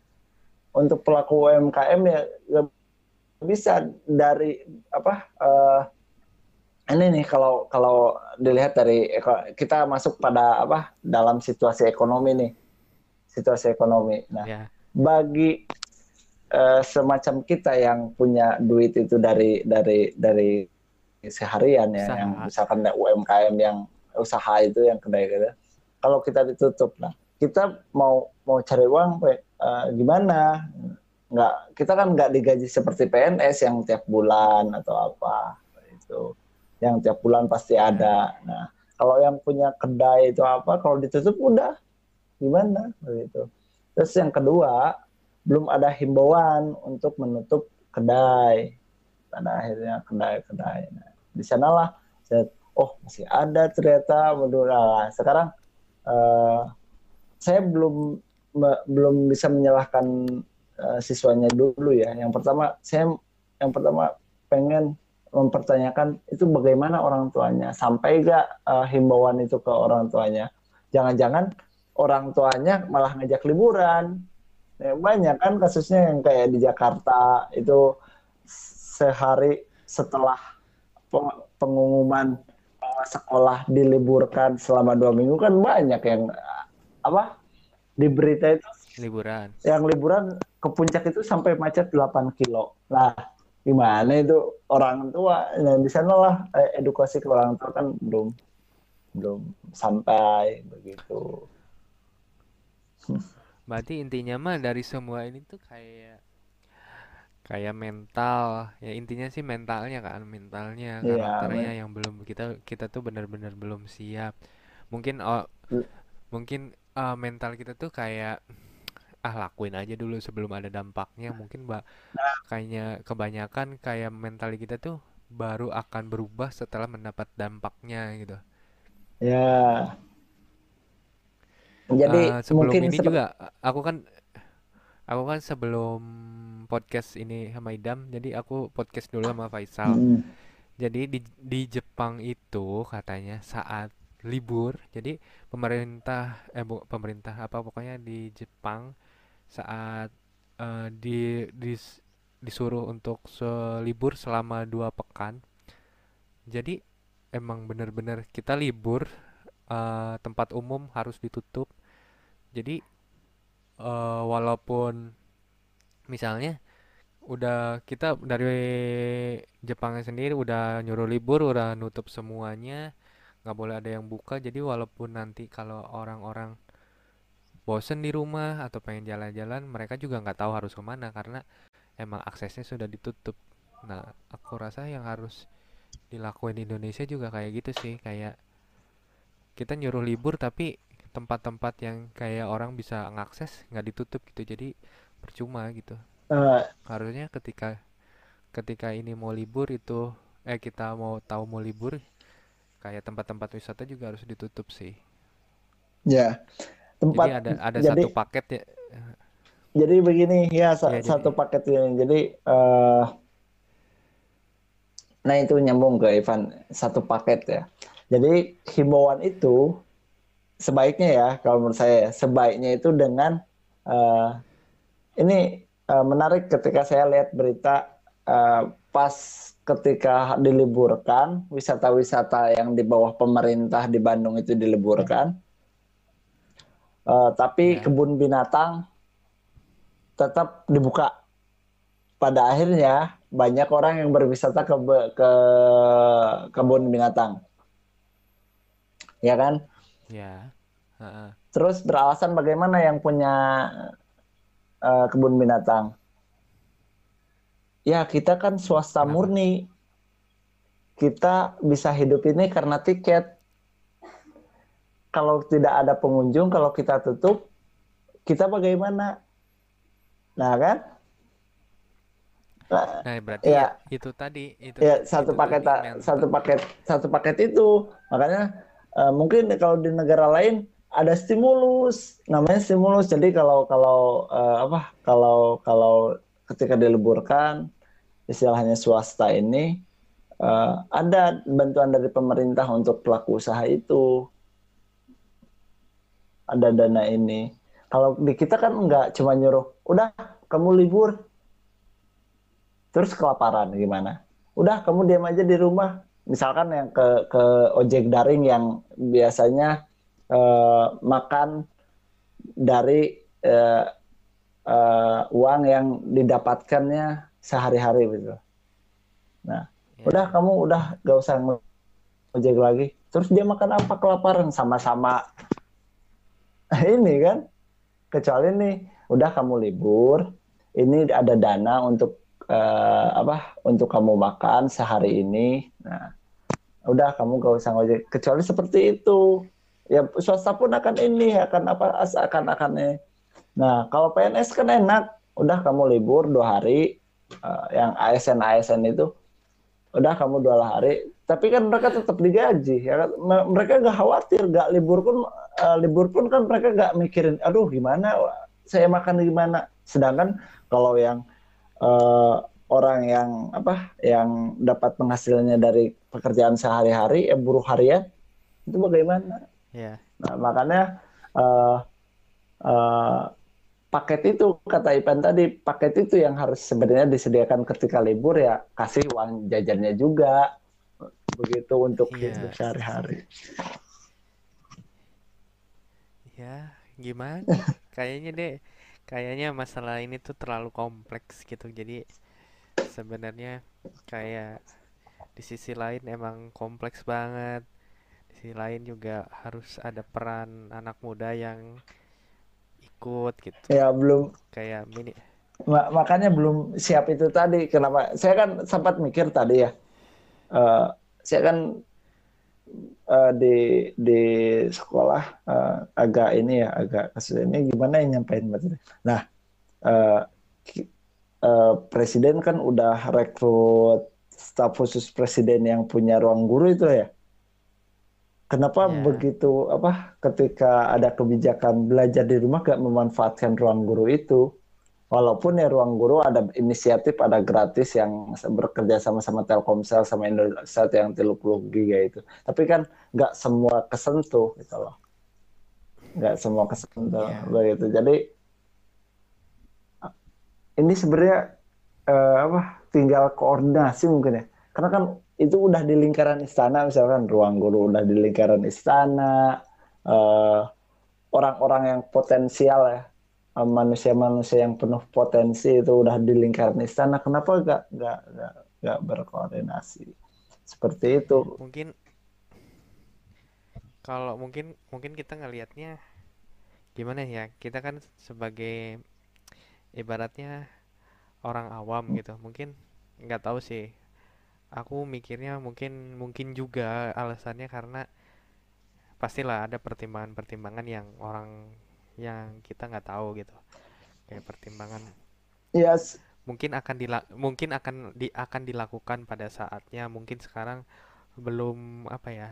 untuk pelaku U M K M ya nggak bisa dari apa eh, ini nih kalau kalau dilihat dari kita masuk pada apa dalam situasi ekonomi nih, situasi ekonomi. Nah, ya, bagi eh, semacam kita yang punya duit itu dari dari dari seharian ya, yang usaha. misalkan U M K M yang usaha itu yang kedai gitu. Kalau kita ditutup, nah kita mau mau cari uang eh, gimana? Nggak, kita kan nggak digaji seperti P N S yang tiap bulan atau apa itu, yang tiap bulan pasti Ya. ada. Nah, kalau yang punya kedai itu apa? Kalau ditutup udah gimana begitu. Terus yang kedua, belum ada himbauan untuk menutup kedai. Pada akhirnya kedai-kedai. Nah, di sanalah saya, oh masih ada ternyata. Nah, sekarang eh, saya belum me- belum bisa menyalahkan eh, siswanya dulu ya. Yang pertama saya yang pertama pengen mempertanyakan itu bagaimana orang tuanya, sampai gak eh, himbauan itu ke orang tuanya. Jangan-jangan orang tuanya malah ngajak liburan. Ya, banyak kan kasusnya yang kayak di Jakarta itu sehari setelah pe- pengumuman bahwa sekolah diliburkan selama dua minggu kan banyak yang apa di berita itu Liburan. yang liburan ke puncak itu sampai macet delapan kilo. Nah, gimana itu orang tua? Nah, di sanalah eh, edukasi ke orang tua kan belum belum sampai begitu. Berarti intinya mah dari semua ini tuh kayak kayak mental. Ya intinya sih mentalnya kan, mentalnya, Iya, karakternya yang belum kita kita tuh benar-benar belum siap. Mungkin oh, mungkin eh, mental kita tuh kayak ah lakuin aja dulu sebelum ada dampaknya. Mungkin mbak kayaknya kebanyakan kayak mental kita tuh baru akan berubah setelah mendapat dampaknya gitu. ya. Jadi Eh, sebelum mungkin ini seperti juga aku kan aku kan sebelum podcast ini sama Idam, jadi aku podcast dulu sama Faisal. hmm, Jadi di di Jepang itu katanya saat libur, jadi pemerintah eh bu, pemerintah apa pokoknya di Jepang saat eh, di, dis- disuruh untuk selibur selama dua pekan. Jadi emang bener-bener kita libur, eh, tempat umum harus ditutup. Jadi eh, walaupun misalnya udah kita dari Jepangnya sendiri udah nyuruh libur, udah nutup semuanya, nggak boleh ada yang buka. Jadi walaupun nanti kalau orang-orang bosen di rumah atau pengen jalan-jalan, mereka juga nggak tahu harus kemana karena emang aksesnya sudah ditutup. Nah, aku rasa yang harus dilakuin di Indonesia juga kayak gitu sih, kayak kita nyuruh libur tapi tempat-tempat yang kayak orang bisa ngakses nggak ditutup gitu, jadi percuma gitu. eh, Harusnya ketika ketika ini mau libur itu eh kita mau tahu mau libur kayak tempat-tempat wisata juga harus ditutup sih. ya Jadi tempat ada ada satu jadi paket ya. Jadi begini ya, Ya sa- jadi satu paket ini. Jadi eh nah itu nyambung ke Ivan, satu paket ya. Jadi himbauan itu sebaiknya ya, kalau menurut saya sebaiknya itu dengan eh, ini eh, menarik ketika saya lihat berita eh, pas ketika diliburkan wisata-wisata yang di bawah pemerintah di Bandung itu diliburkan, eh, tapi ya, kebun binatang tetap dibuka. Pada akhirnya banyak orang yang berwisata ke ke kebun binatang, ya kan? ya, heeh, Terus beralasan bagaimana yang punya eh, kebun binatang? Ya kita kan swasta kenapa? murni, kita bisa hidup ini karena tiket. Kalau tidak ada pengunjung, kalau kita tutup, kita bagaimana? Nah kan? Nah, Nah, berarti ya ya, itu tadi, itu ya ta- satu itu paket tadi satu mental. paket satu paket itu. Makanya eh, mungkin kalau di negara lain ada stimulus, namanya stimulus. Jadi kalau kalau eh, apa? Kalau kalau ketika diliburkan, istilahnya swasta ini eh, ada bantuan dari pemerintah untuk pelaku usaha itu, ada dana ini. Kalau di kita kan nggak cuma nyuruh, udah kamu libur, terus kelaparan gimana? Udah kamu diam aja di rumah. Misalkan yang ke ke ojek daring yang biasanya eh, makan dari eh, eh, uang yang didapatkannya sehari-hari gitu. Nah, udah Ya, kamu udah gak usah ngojek lagi. Terus dia makan apa kelaparan sama-sama ini kan? Kecuali nih, udah kamu libur, ini ada dana untuk eh, apa? Untuk kamu makan sehari ini. Nah, udah kamu gak usah ngojek. Kecuali seperti itu. Ya swasta pun akan ini akan apa akan akan ini. Nah, kalau P N S kan enak. Udah kamu libur dua hari, eh, yang A S N A S N itu, udah kamu dua hari. Tapi kan mereka tetap digaji. Ya kan? Mereka gak khawatir, gak libur pun eh, libur pun kan mereka gak mikirin, aduh gimana, saya makan gimana. Sedangkan kalau yang eh, orang yang apa, yang dapat penghasilannya dari pekerjaan sehari-hari, ya buruh harian, itu bagaimana? ya, Nah, makanya eh, eh, paket itu kata Ipan tadi, paket itu yang harus sebenarnya disediakan ketika libur ya, kasih uang jajannya juga begitu untuk hidup iya, sehari-hari. ya, gimana? Kayaknya deh, kayaknya masalah ini tuh terlalu kompleks gitu. Jadi sebenarnya kayak di sisi lain emang kompleks banget. Di sisi lain juga harus ada peran anak muda yang ikut gitu. Ya belum, Kayak mini, ma- makanya belum siap itu tadi. Kenapa? Saya kan sempat mikir tadi ya. eh, saya kan eh, di di sekolah eh, agak ini ya, agak kasus ini gimana yang nyampein materi. Nah, eh, ki- eh, presiden kan udah rekrut staf khusus presiden yang punya ruang guru itu ya. Kenapa ya, begitu apa ketika ada kebijakan belajar di rumah gak memanfaatkan ruang guru itu? Walaupun ya ruang guru ada inisiatif, ada gratis yang bekerja sama sama Telkomsel sama Indosat yang tiga puluh giga itu. Tapi kan nggak semua kesentuh gitu loh. Nggak semua kesentuh ya, begitu. Jadi ini sebenarnya eh, apa? Tinggal koordinasi mungkin ya. Karena kan itu udah di lingkaran istana, misalkan ruang guru udah di lingkaran istana, eh, orang-orang yang potensial ya, eh, manusia-manusia yang penuh potensi itu udah di lingkaran istana, kenapa gak gak gak, gak berkoordinasi seperti itu? mungkin kalau mungkin mungkin kita ngelihatnya gimana ya? Kita kan sebagai ibaratnya orang awam gitu. Mungkin nggak tahu sih. Aku mikirnya mungkin mungkin juga alasannya karena pastilah ada pertimbangan-pertimbangan yang orang yang kita nggak tahu gitu. Kayak pertimbangan Yes, mungkin akan dila mungkin akan di akan dilakukan pada saatnya. Mungkin sekarang belum apa ya?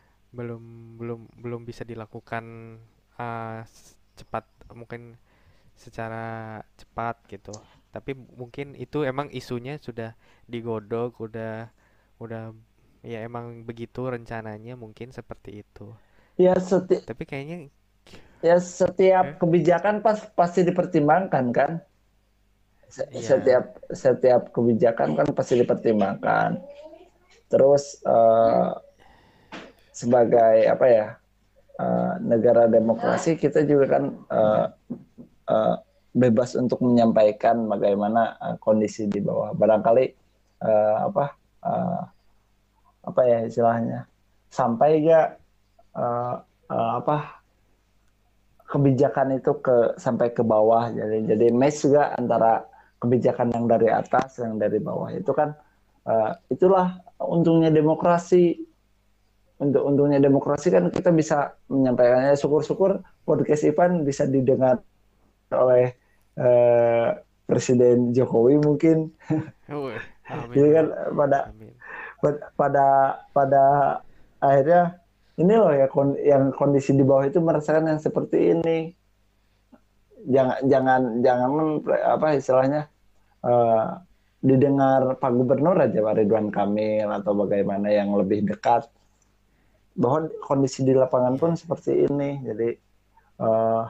Belum belum belum bisa dilakukan uh, cepat mungkin secara cepat gitu. Tapi mungkin itu emang isunya sudah digodok, udah udah ya emang begitu rencananya mungkin seperti itu. Ya seti Tapi kayaknya ya setiap eh, kebijakan pas pasti dipertimbangkan kan. Se- iya, Setiap setiap kebijakan kan pasti dipertimbangkan. Terus eh, sebagai apa ya, eh, negara demokrasi kita juga kan eh, eh, bebas untuk menyampaikan bagaimana eh, kondisi di bawah. Barangkali eh, apa eh, apa ya istilahnya, sampai gak eh, eh, apa kebijakan itu ke sampai ke bawah. Jadi jadi match juga antara kebijakan yang dari atas yang dari bawah itu kan, eh, itulah untungnya demokrasi. Untuk untungnya demokrasi kan kita bisa menyampaikannya. Syukur-syukur podcast Ivan bisa didengar oleh eh, Presiden Jokowi mungkin. Wih, Jadi amin kan bro, pada amin. pada pada akhirnya ini loh ya, yang kondisi di bawah itu merasakan yang seperti ini. Jangan jangan jangan apa istilahnya, eh, didengar Pak Gubernur aja, Pak Ridwan Kamil atau bagaimana yang lebih dekat, bahwa kondisi di lapangan pun Iya, seperti ini. Jadi eh,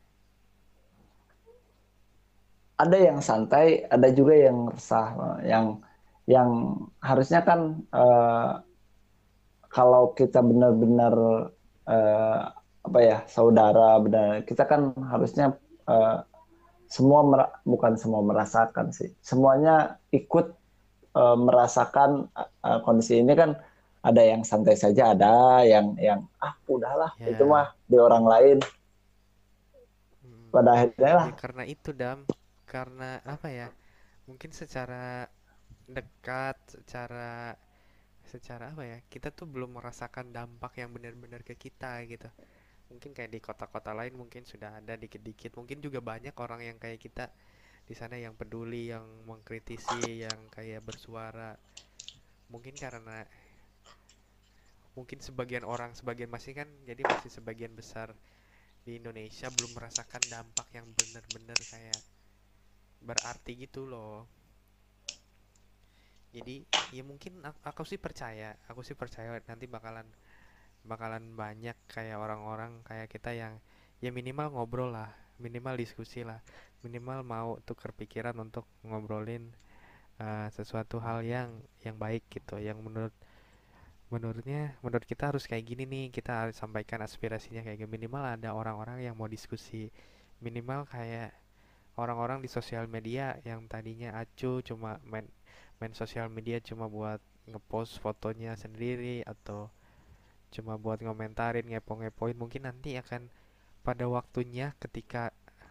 ada yang santai, ada juga yang resah, yang yang harusnya kan eh, kalau kita benar-benar eh, apa ya saudara, benar kita kan harusnya eh, semua mera- bukan semua merasakan sih, semuanya ikut eh, merasakan eh, kondisi ini kan. Ada yang santai saja, ada yang yang ah udahlah itu ya, mah di orang lain. mm, Pada akhirnya lah. ya karena itu Dam, karena apa ya? Mungkin secara dekat, secara secara apa ya? Kita tuh belum merasakan dampak yang benar-benar ke kita gitu. Mungkin kayak di kota-kota lain mungkin sudah ada dikit-dikit. Mungkin juga banyak orang yang kayak kita di sana yang peduli, yang mengkritisi, yang kayak bersuara. Mungkin karena mungkin sebagian orang, sebagian masih kan, jadi masih sebagian besar di Indonesia belum merasakan dampak yang benar-benar kayak berarti gitu loh. Jadi ya mungkin aku, aku sih percaya, aku sih percaya nanti bakalan bakalan banyak kayak orang-orang kayak kita yang ya minimal ngobrol lah, minimal diskusi lah, minimal mau tukar pikiran untuk ngobrolin uh, sesuatu hal yang yang baik gitu, yang menurut menurutnya menurut kita harus kayak gini nih, kita harus sampaikan aspirasinya kayak gini. Minimal ada orang-orang yang mau diskusi, minimal kayak orang-orang di sosial media yang tadinya acuh cuma main main sosial media cuma buat ngepost fotonya sendiri atau cuma buat ngomentarin ngepo-ngepoin, mungkin nanti akan pada waktunya ketika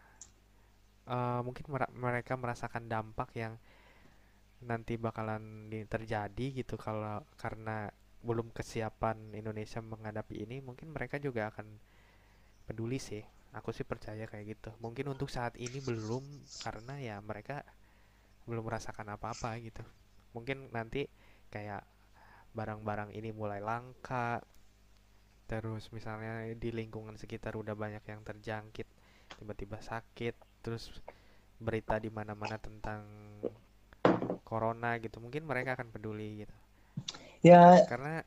uh, mungkin mer- mereka merasakan dampak yang nanti bakalan terjadi gitu, kalau karena belum kesiapan Indonesia menghadapi ini, mungkin mereka juga akan peduli sih. Aku sih percaya kayak gitu. Mungkin untuk saat ini belum, karena ya mereka belum merasakan apa-apa gitu. Mungkin nanti kayak barang-barang ini mulai langka, terus misalnya di lingkungan sekitar udah banyak yang terjangkit, tiba-tiba sakit, terus berita di mana-mana tentang corona gitu, mungkin mereka akan peduli gitu. Ya Karena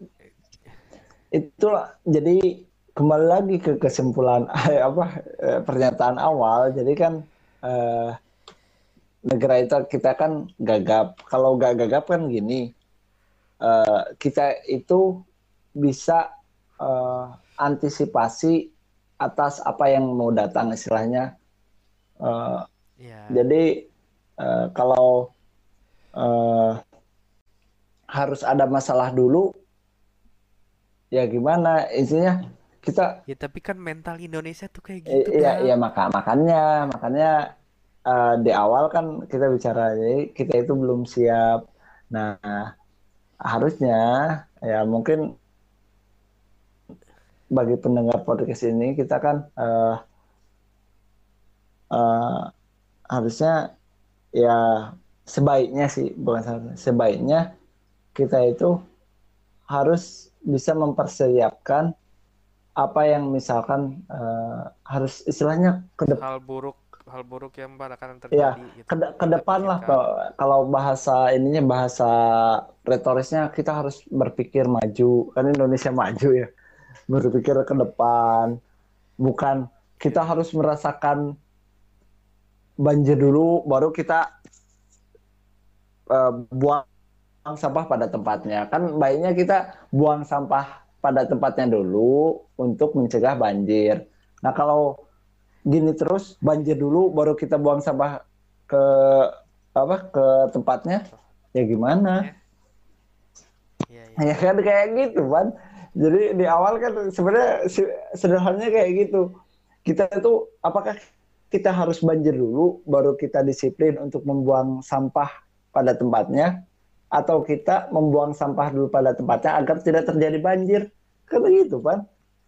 itulah, jadi kembali lagi ke kesimpulan eh, apa eh, pernyataan awal. Jadi kan eh, negara itu kita kan gagap. Kalau nggak gagap kan gini, eh, kita itu bisa eh, antisipasi atas apa yang mau datang istilahnya. Eh, ya, jadi eh, kalau eh, harus ada masalah dulu, ya gimana isinya kita. ya tapi kan mental Indonesia tuh kayak gitu Iya, iya dam. maka makanya makanya eh, di awal kan kita bicara, jadi kita itu belum siap. Nah, harusnya ya mungkin bagi pendengar podcast ini kita kan eh, eh, harusnya ya sebaiknya sih, bukan seharusnya, sebaiknya kita itu harus bisa mempersiapkan apa yang misalkan eh, harus istilahnya ke depan. Hal buruk, hal buruk yang bakalan Ya, terjadi gitu ke, ke kita depan lah pikirkan. kalau, kalau bahasa ininya bahasa retorisnya kita harus berpikir maju. Kan Indonesia maju ya. Berpikir ke depan, bukan kita Ya, harus merasakan banjir dulu baru kita eh, buang sampah pada tempatnya. Kan baiknya kita buang sampah pada tempatnya dulu untuk mencegah banjir. Nah, kalau gini terus banjir dulu baru kita buang sampah ke apa ke tempatnya ke ya tempatnya. gimana? Iya, iya, Ya iya. kan kayak gitu kan. Jadi di awal kan sebenarnya se- sederhananya kayak gitu. Kita itu apakah kita harus banjir dulu baru kita disiplin untuk membuang sampah pada tempatnya atau kita membuang sampah dulu pada tempatnya agar tidak terjadi banjir? Kan begitu kan?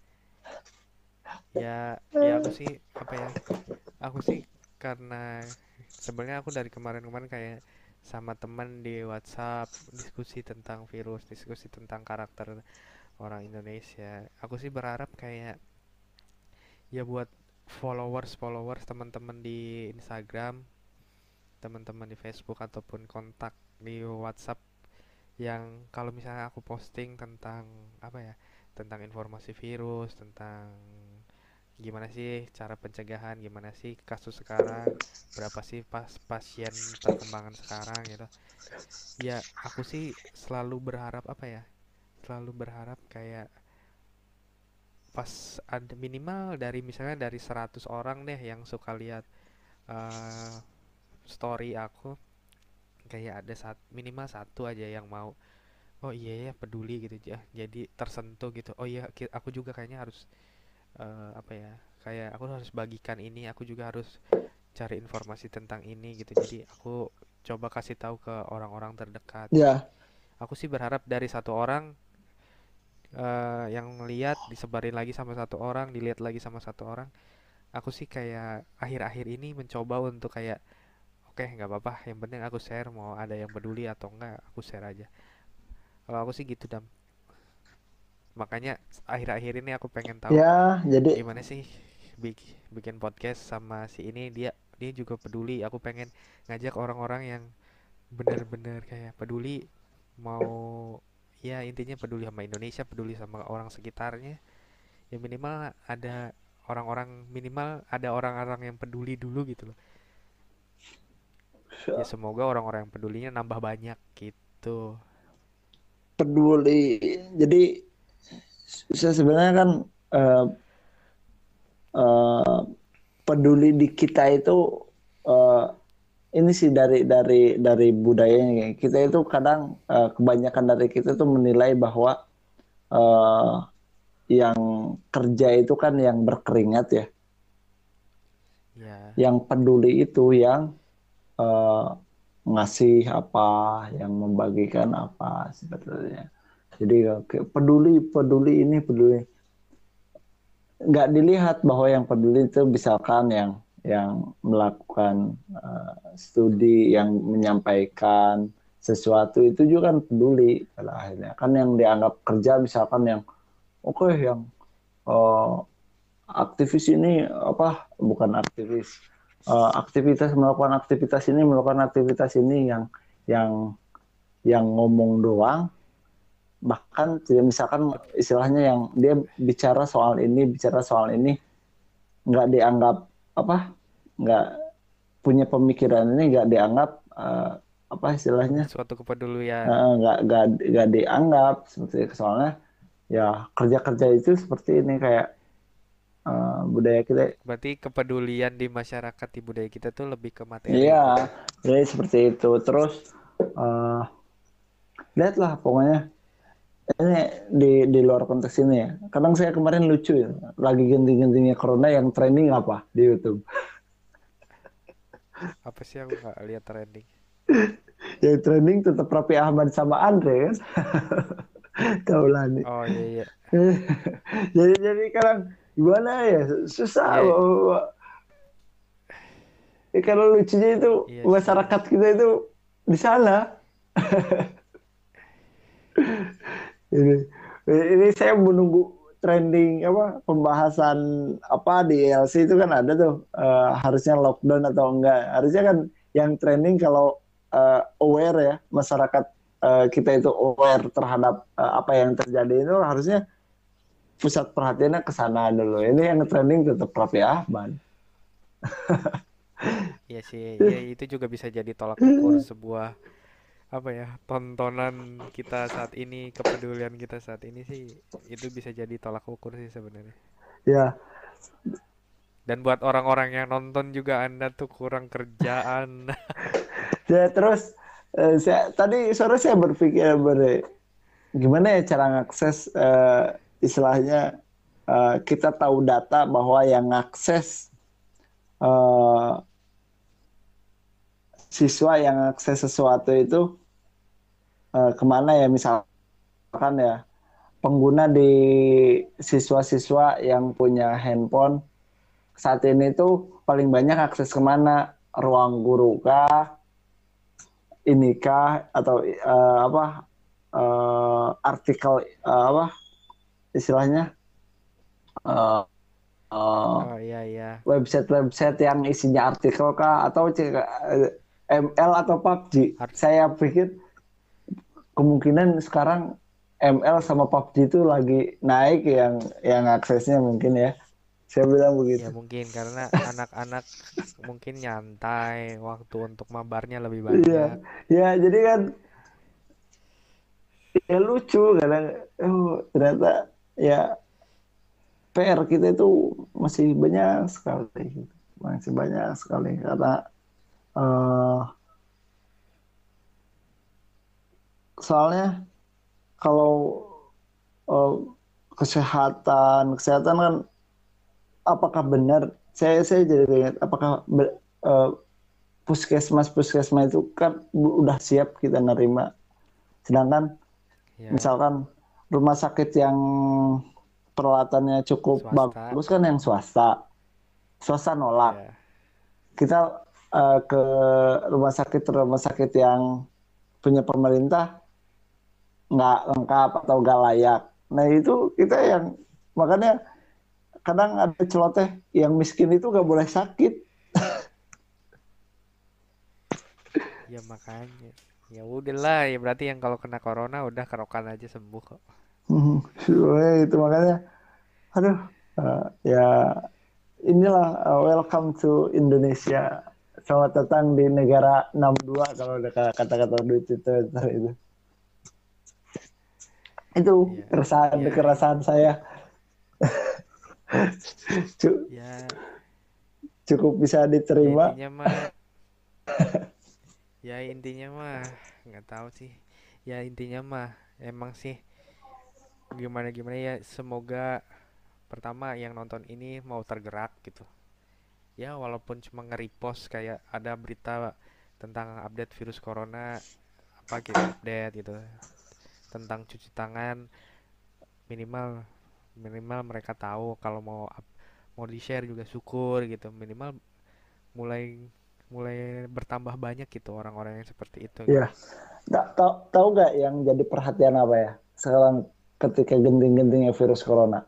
Ya, ya aku sih apa ya? Aku sih karena sebenarnya aku dari kemarin-kemarin kayak sama teman di WhatsApp diskusi tentang virus, diskusi tentang karakter orang Indonesia. Aku sih berharap kayak ya buat followers followers teman-teman di Instagram, teman-teman di Facebook ataupun kontak di WhatsApp yang kalau misalnya aku posting tentang apa ya, tentang informasi virus, tentang gimana sih cara pencegahan, gimana sih kasus sekarang, berapa sih pas pasien perkembangan sekarang gitu. Ya aku sih selalu berharap apa ya, selalu berharap kayak pas ada minimal dari misalnya dari seratus orang deh yang suka lihat eh, story aku, kayak ada sat, minimal satu aja yang mau oh iya ya peduli gitu ya, jadi tersentuh gitu, oh iya aku juga kayaknya harus eh, apa ya, kayak aku harus bagikan ini, aku juga harus cari informasi tentang ini gitu, jadi aku coba kasih tahu ke orang-orang terdekat. Ya, Aku sih berharap dari satu orang eh, yang lihat disebarin lagi sama satu orang, dilihat lagi sama satu orang. Aku sih kayak akhir-akhir ini mencoba untuk kayak oke okay, nggak apa-apa, yang penting aku share, mau ada yang peduli atau enggak aku share aja. Kalau aku sih gitu Dam, makanya akhir-akhir ini aku pengen tahu ya. Jadi gimana sih bik- bikin podcast sama si ini, dia dia juga peduli, aku pengen ngajak orang-orang yang bener-bener kayak peduli, mau ya intinya peduli sama Indonesia, peduli sama orang sekitarnya, ya minimal ada orang-orang, minimal ada orang-orang yang peduli dulu gitu loh. Ya semoga orang-orang yang pedulinya nambah banyak gitu. peduli. Jadi se- sebenarnya kan eh, eh, peduli di kita itu eh, ini sih dari dari dari budayanya kita itu kadang eh, kebanyakan dari kita tuh menilai bahwa eh, yang kerja itu kan yang berkeringat ya, Ya, yang peduli itu yang eh, ngasih apa, yang membagikan apa sebetulnya. Jadi kayak peduli peduli ini peduli nggak dilihat bahwa yang peduli itu misalkan yang yang melakukan uh, studi yang menyampaikan sesuatu itu juga kan peduli pada akhirnya kan yang dianggap kerja misalkan yang oke okay, yang uh, aktivis ini apa bukan aktivis uh, aktivitas melakukan aktivitas ini melakukan aktivitas ini yang yang yang ngomong doang bahkan tidak misalkan bet- istilahnya yang dia bicara soal ini bicara soal ini nggak dianggap apa nggak punya pemikiran ini nggak dianggap eh, apa istilahnya suatu kepedulian. eh, nggak nggak nggak dianggap seperti itu. Soalnya ya kerja kerja itu seperti ini kayak eh, budaya kita Berarti kepedulian di masyarakat di budaya kita tuh lebih ke iya materi gitu. jadi seperti itu terus eh, lihatlah pokoknya ini di di luar konteks ini ya kadang saya kemarin lucu ya lagi genting-gentingnya corona yang trending apa di YouTube Apa sih, aku nggak lihat trending. yang trending tetap Raffi Ahmad sama Andre kan Kaulani. Oh iya, iya. jadi jadi kadang gimana ya susah. Iya, Ya, kalau lucunya itu iya sih. masyarakat kita itu di sana. Ini ini saya menunggu trending apa pembahasan apa di I L C itu kan ada tuh eh, harusnya lockdown atau enggak. Harusnya kan yang trending kalau eh, aware ya masyarakat eh, kita itu aware terhadap eh, apa yang terjadi itu harusnya pusat perhatiannya ke sana dulu. Ini yang trending tetap Raffi Ahmad. Iya sih, ya itu juga bisa jadi tolak ukur sebuah apa ya, tontonan kita saat ini, kepedulian kita saat ini sih, itu bisa jadi tolak ukur sih sebenarnya. Ya, Dan buat orang-orang yang nonton juga, Anda tuh kurang kerjaan. ya terus eh, saya tadi sore saya berpikir ber, gimana ya cara ngakses eh, istilahnya eh, kita tahu data bahwa yang ngakses eh, siswa yang ngakses sesuatu itu eh, kemana ya misalkan ya pengguna di siswa-siswa yang punya handphone saat ini tuh paling banyak akses kemana ruang guru kah ini kah atau eh, apa eh, artikel eh, apa istilahnya eh, eh, Oh iya iya. website-website yang isinya artikel kah atau C- eh, M L atau P U B G. Art Saya pikir kemungkinan sekarang M L sama P U B G itu lagi naik yang yang aksesnya mungkin ya. Saya bilang ya begitu. mungkin karena anak-anak mungkin nyantai, waktu untuk mabarnya lebih Iya, banyak. ya jadi kan ya lucu kadang oh, ternyata ya P R kita itu masih banyak sekali, gitu. Masih banyak sekali karena eh, soalnya kalau eh, kesehatan kesehatan kan apakah benar saya saya jadi ingat apakah be- eh, puskesmas puskesmas itu kan bu- udah siap kita nerima sedangkan Ya, misalkan rumah sakit yang peralatannya cukup swasta. bagus kan yang swasta swasta nolak Ya, kita eh, ke rumah sakit rumah sakit yang punya pemerintah nggak lengkap atau nggak layak. Nah itu kita yang makanya kadang ada celoteh yang miskin itu nggak boleh sakit. ya makanya. Ya udahlah, ya berarti yang kalau kena corona udah kerokan aja sembuh kok. Hmm, itu makanya, aduh, eh, ya inilah eh, welcome to Indonesia. Selamat datang di negara enam dua kalau ada kata-kata di Twitter itu. Itu Ya, keresahan ya, in- keresahan saya Cu- ya, cukup bisa ya diterima. intinya mah, ya intinya mah nggak tahu sih. Ya intinya mah emang sih gimana gimana ya, semoga pertama yang nonton ini mau tergerak gitu. Ya walaupun cuma nge-repost kayak ada berita tentang update virus corona, apa gitu update gitu tentang cuci tangan, minimal minimal mereka tahu kalau mau up- mau di share juga syukur gitu, minimal mulai mulai bertambah banyak gitu orang-orang yang seperti itu Ya, gitu. tak tahu tahu nggak yang jadi perhatian apa ya sekarang ketika genting-gentingnya virus corona.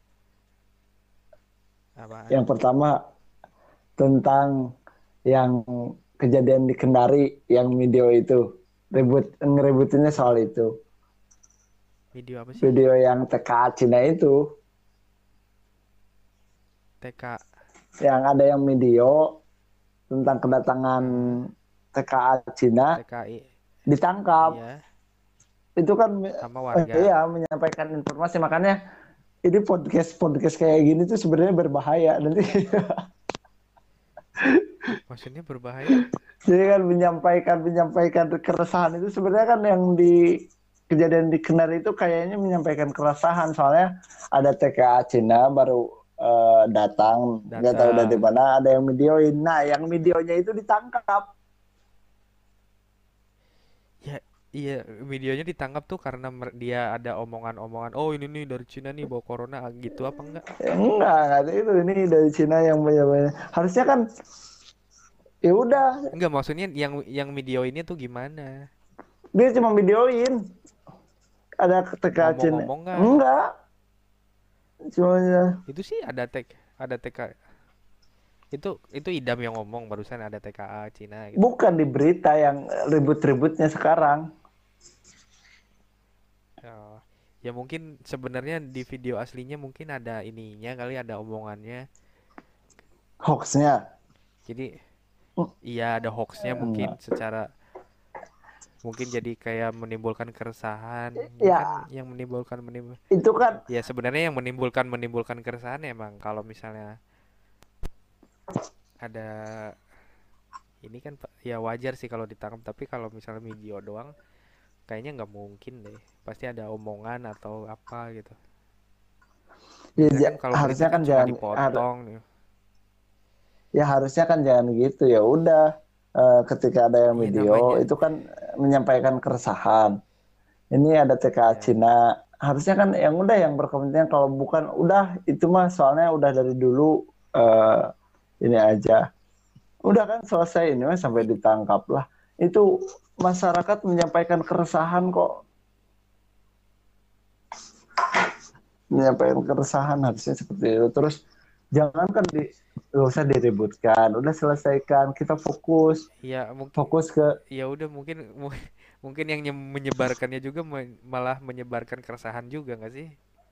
Apaan? Yang pertama tentang yang kejadian di Kendari yang video itu ribut ngeributinnya soal itu Video apa sih? video yang T K A Cina itu T K. yang ada yang video tentang kedatangan Heeh. T K A Cina T K I. ditangkap Iya, itu kan sama eh, warga. ya menyampaikan informasi makanya ini podcast podcast kayak gini tuh sebenarnya berbahaya nanti Maksudnya berbahaya? jadi kan menyampaikan menyampaikan keresahan itu sebenarnya kan yang di kejadian di Kendari itu kayaknya menyampaikan keresahan soalnya ada T K A Cina baru eh, datang nggak tahu dari Datang. mana ada yang videoin nah yang videonya itu ditangkap. Ya, iya, videonya ditangkap tuh karena mer- dia ada omongan-omongan, oh ini nih dari Cina nih bawa corona, ah, gitu apa enggak? Ya, enggak enggak ada itu ini dari Cina yang banyak banyak harusnya kan ya udah Enggak, maksudnya yang yang video ini tuh gimana? dia cuma videoin ada T K A Cina Ngomong-ngomong nggak? enggak Cuma ya, Itu sih ada tek ada T K itu itu Idam yang ngomong barusan ada T K A Cina gitu. bukan di berita yang ribut-ributnya sekarang. Oh, ya mungkin sebenarnya di video aslinya mungkin ada ininya kali ada omongannya. Hoaxnya. Jadi iya ada hoaxnya mungkin secara mungkin jadi kayak menimbulkan keresahan. Ya kan Ya, yang menimbulkan menimbul itu kan ya sebenarnya yang menimbulkan menimbulkan keresahan emang kalau misalnya ada ini kan Pak, ya wajar sih kalau ditangkap tapi kalau misalnya video doang kayaknya nggak mungkin deh. Pasti ada omongan atau apa gitu. ya Biasanya kan ja- kalau berita harusnya kan kan cuma jangan har- dipotong nih. ya harusnya kan jangan gitu ya udah, eh, ketika ada yang Iya video namanya itu kan menyampaikan keresahan. Ini ada T K A ya Cina. Harusnya kan yang udah yang berkepentingan, kalau bukan udah itu mah soalnya udah dari dulu, eh, ini aja. Udah kan selesai ini mah sampai i- ditangkap lah. Itu masyarakat menyampaikan keresahan kok, menyampaikan keresahan harusnya seperti itu. Terus jangan kan di nggak usah diributkan, udah selesaikan, kita fokus ya mungkin fokus ke ya udah mungkin mu- mungkin yang nye- menyebarkannya juga me- malah menyebarkan keresahan juga nggak sih?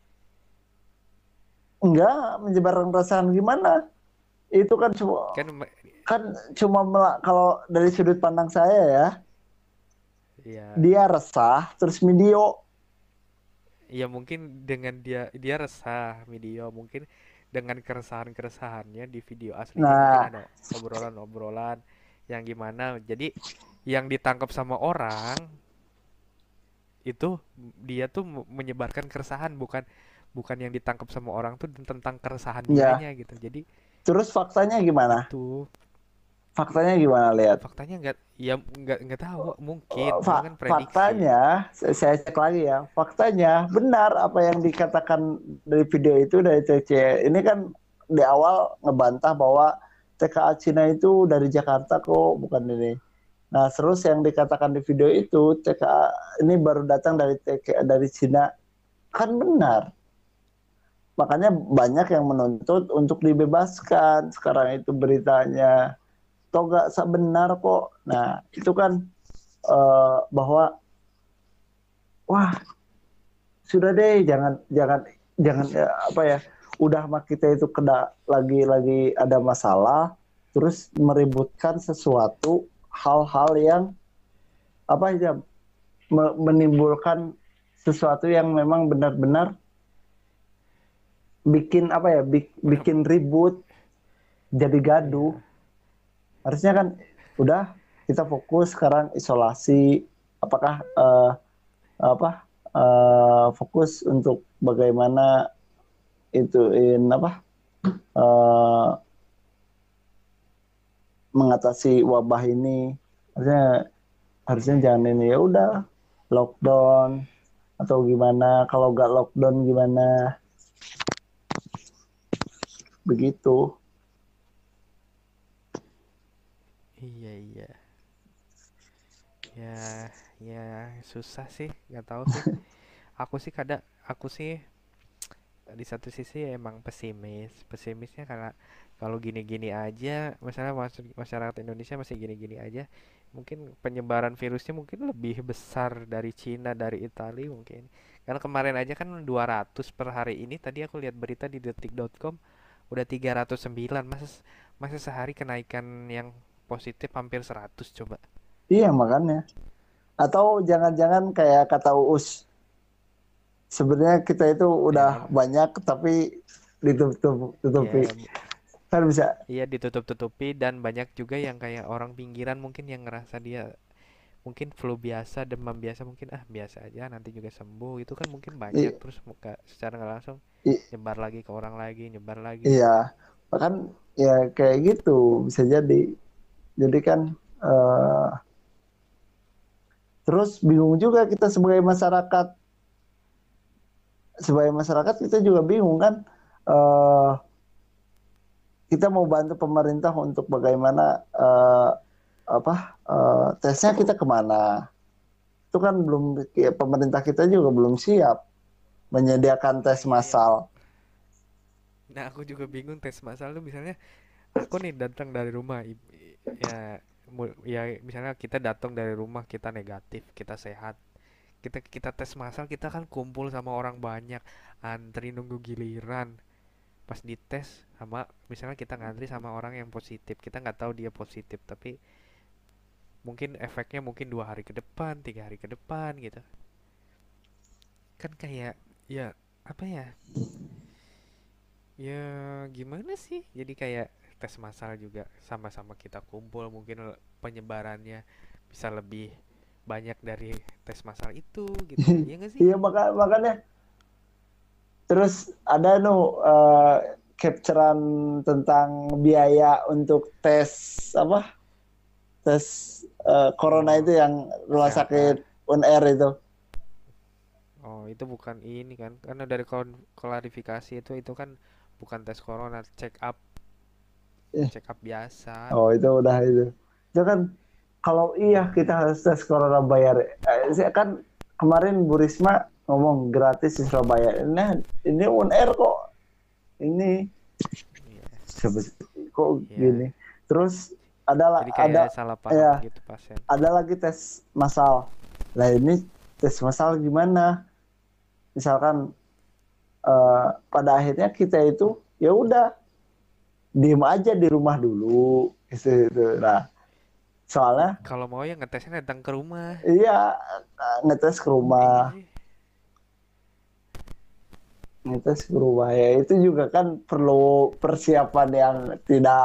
enggak menyebarkan keresahan gimana. Itu kan cuma Kan me- kan cuma mela- kalau dari sudut pandang saya ya, ya dia resah terus video. ya mungkin dengan dia dia resah video mungkin dengan keresahan-keresahannya di video aslinya mungkin Nah, ada obrolan-obrolan yang gimana jadi yang ditangkap sama orang itu dia tuh me- menyebarkan keresahan bukan bukan yang ditangkap sama orang tuh tentang keresahan ya, dianya gitu jadi terus faktanya gimana? itu Faktanya gimana, lihat. faktanya nggak ya nggak nggak tahu mungkin itu Fa- kan prediksi. faktanya, saya cek lagi ya. Faktanya benar apa yang dikatakan dari video itu dari T C. Ini kan di awal ngebantah bahwa T K A Cina itu dari Jakarta kok, bukan ini. Nah, terus yang dikatakan di video itu T K A ini baru datang dari T K A dari Cina. Kan benar. Makanya banyak yang menuntut untuk dibebaskan. Sekarang itu beritanya. Toh gak sebenar kok. Nah, itu kan, eh, bahwa wah, sudah deh, jangan jangan jangan ya, apa ya, udah mah kita itu kena lagi-lagi ada masalah terus meributkan sesuatu, hal-hal yang apa ya, me- menimbulkan sesuatu yang memang benar-benar bikin apa ya, bik- Benar, bikin ribut, jadi gaduh. iya Harusnya kan udah, kita fokus sekarang isolasi, apakah eh, apa eh, fokus untuk bagaimana ituin apa, eh, mengatasi wabah ini. Harusnya harusnya iya jangan iya ini, ya udah lockdown atau gimana, kalau nggak lockdown gimana, begitu. iya iya ya ya susah sih nggak tahu sih aku sih kadang aku sih di satu sisi emang pesimis pesimisnya karena kalau gini-gini aja misalnya mas- masyarakat Indonesia masih gini-gini aja mungkin penyebaran virusnya mungkin lebih besar dari Cina dari Italia mungkin karena kemarin aja kan dua ratus per hari ini tadi aku lihat berita di detik dot com udah tiga ratus sembilan masa masa sehari kenaikan yang positif hampir seratus coba Iya makanya. Atau jangan-jangan kayak kata Uus, sebenarnya kita itu yang udah mana banyak tapi ditutup-tutupi. ya Kan bisa. iya ditutup-tutupi dan banyak juga yang kayak orang pinggiran mungkin yang ngerasa dia mungkin flu biasa demam biasa mungkin ah biasa aja nanti juga sembuh itu kan mungkin banyak I- terus muka secara nggak langsung i- nyebar lagi ke orang lagi nyebar lagi iya. Bahkan ya kayak gitu bisa jadi. Jadi kan, eh, terus bingung juga kita sebagai masyarakat. Sebagai masyarakat kita juga bingung kan. eh, Kita mau bantu pemerintah untuk bagaimana, eh, apa eh, tesnya kita kemana. Itu kan belum, ya, pemerintah kita juga belum siap menyediakan nah tes iya yang massal. Nah, aku juga bingung tes masal tuh misalnya aku nih datang dari rumah i- i- ya mu- ya misalnya kita datang dari rumah kita negatif, kita sehat. Kita kita tes masal kita kan kumpul sama orang banyak, antri nunggu giliran. Pas dites sama misalnya kita ngantri sama orang yang positif, kita nggak tahu dia positif, tapi mungkin efeknya mungkin dua hari ke depan, tiga hari ke depan gitu. Kan kayak ya apa ya? Ya gimana sih? Jadi kayak tes massal juga sama-sama kita kumpul mungkin le- penyebarannya bisa lebih banyak dari tes massal itu gitu. Iya nggak sih? Iya maka, makanya terus ada no uh, capturean tentang biaya untuk tes apa tes uh, corona Oh, itu yang rumah kesehatan. sakit Unair itu. Oh, itu bukan ini kan. Karena dari kon- klarifikasi itu itu kan bukan tes corona, check up, Eh, check up biasa. oh itu udah itu. Itu kan kalau iya kita Iya. harus tes corona bayar. Eh, saya kan kemarin Bu Risma ngomong gratis di Surabaya. Nah, ini Unair kok ini Iya. kok Iya. gini. Terus ada Jadi ada kayak salah paham ya gitu pasien. ada lagi tes massal. Nah ini tes massal gimana? Misalkan eh, pada akhirnya kita itu ya udah diem aja di rumah dulu gitu, gitu. Nah Ya, soalnya kalau mau ya ngetesnya datang ke rumah. iya eh, ngetes ke Iya rumah, sih. ngetes ke rumah ya itu juga kan perlu persiapan yang tidak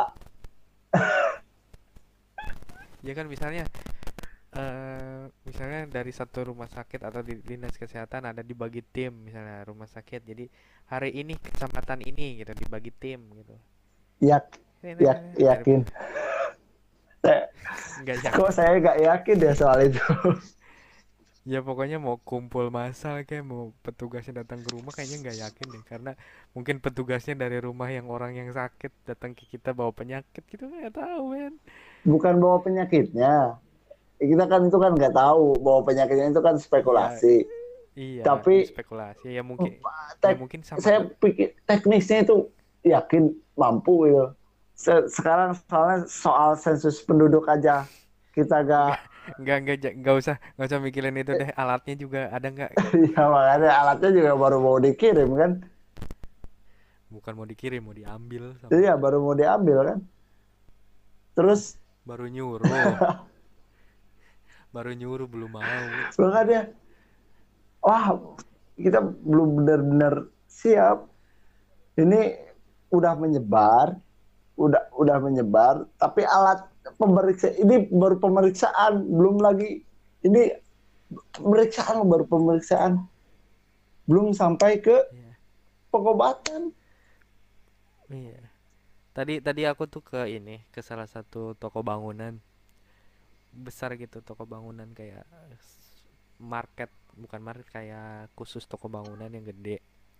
Ya kan misalnya eh misalnya dari satu rumah sakit atau di dinas kesehatan ada dibagi tim misalnya rumah sakit. Jadi hari ini kecamatan ini gitu dibagi tim gitu. yak, yak, Ini dari yakin. Saya, nggak kok yakin. saya nggak yakin ya soal itu. Ya pokoknya mau kumpul massal kayak mau petugasnya datang ke rumah kayaknya nggak yakin deh karena mungkin petugasnya dari rumah yang orang yang sakit datang ke kita bawa penyakit gitu nggak tahu men. Bukan bawa penyakitnya, kita kan itu kan nggak tahu bahwa penyakitnya itu kan Iya, spekulasi. iya Tapi spekulasi ya mungkin ya tek, mungkin sama saya pikir teknisnya itu yakin mampu gitu. Se- Sekarang soalnya soal sensus penduduk aja kita nggak gak nggak nggak ja- nggak usah nggak usah mikirin itu deh alatnya juga ada nggak gitu. ya makanya alatnya juga baru mau dikirim kan. Bukan mau dikirim mau diambil sama Iya baru mau diambil kan. Terus baru nyuruh baru nyuruh belum mau. makanya wah kita belum benar-benar siap. Ini udah menyebar, udah udah menyebar, tapi alat pemeriksa ini baru pemeriksaan, belum lagi ini pemeriksaan baru pemeriksaan, belum sampai ke Iya, pengobatan. iya. Tadi tadi aku tuh ke ini ke salah satu toko bangunan besar gitu toko bangunan kayak market bukan market kayak khusus toko bangunan yang gede.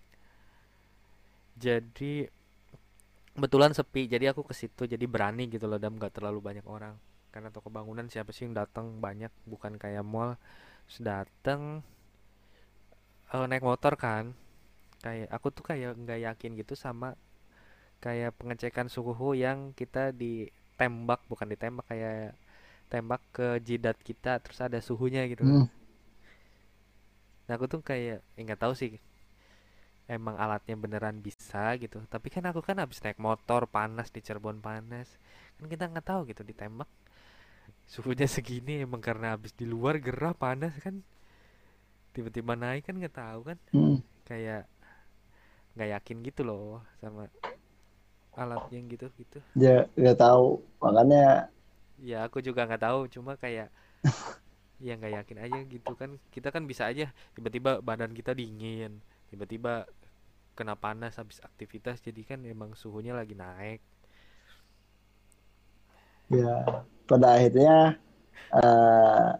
Jadi kebetulan sepi jadi aku ke situ jadi berani gitu loh dan nggak terlalu banyak orang karena toko bangunan siapa sih yang datang banyak bukan kayak mall. Terus datang eh, naik motor kan kayak aku tuh kayak nggak yakin gitu sama kayak pengecekan suhu yang kita ditembak bukan ditembak kayak tembak ke jidat kita terus ada suhunya gitu loh. Hmm, Nah aku tuh kayak eh, nggak tahu sih emang alatnya beneran bisa gitu tapi kan aku kan habis naik motor panas di Cirebon panas kan kita nggak tahu gitu ditembak suhunya segini emang karena habis di luar gerah panas kan tiba-tiba naik kan nggak tahu kan hmm. kayak nggak yakin gitu loh sama alatnya gitu gitu. Ya nggak tahu, makanya Ya aku juga nggak tahu cuma kayak ya nggak yakin aja gitu kan kita kan bisa aja tiba-tiba badan kita dingin tiba-tiba kena panas habis aktivitas jadi kan emang suhunya lagi naik. ya pada akhirnya eh,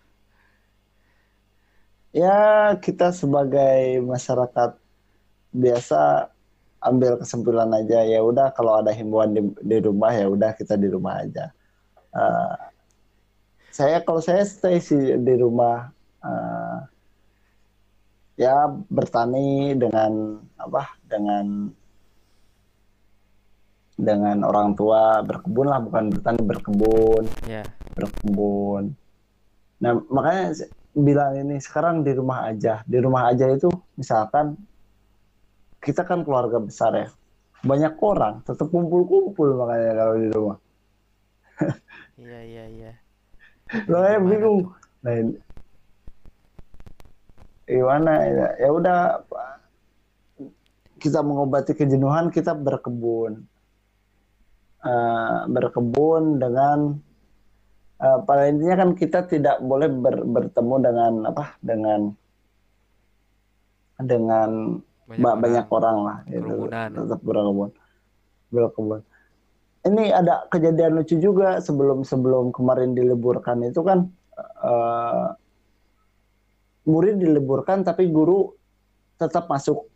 ya kita sebagai masyarakat biasa ambil kesimpulan aja ya udah kalau ada himbauan di, di rumah ya udah kita di rumah aja. Eh, saya kalau saya stay sih di rumah, eh, ya bertani dengan apa dengan dengan orang tua berkebun lah, bukan bertani, berkebun, Ya. berkebun. Nah, makanya s- bilang ini sekarang di rumah aja. Di rumah aja itu misalkan kita kan keluarga besar ya. Banyak orang tetap kumpul-kumpul makanya kalau di rumah. Iya, iya, iya. Ini Makanya gimana bingung. tuh? Nah, ini gimana ya? Ya udah kita mengobati kejenuhan kita berkebun. Eh, berkebun dengan eh, pada intinya kan kita tidak boleh ber- bertemu dengan apa dengan dengan Banyak ba- banyak orang, orang lah itu kerumunan. tetap berkebun berkebun. Ini ada kejadian lucu juga sebelum sebelum kemarin diliburkan itu kan eh, murid diliburkan tapi guru tetap masuk.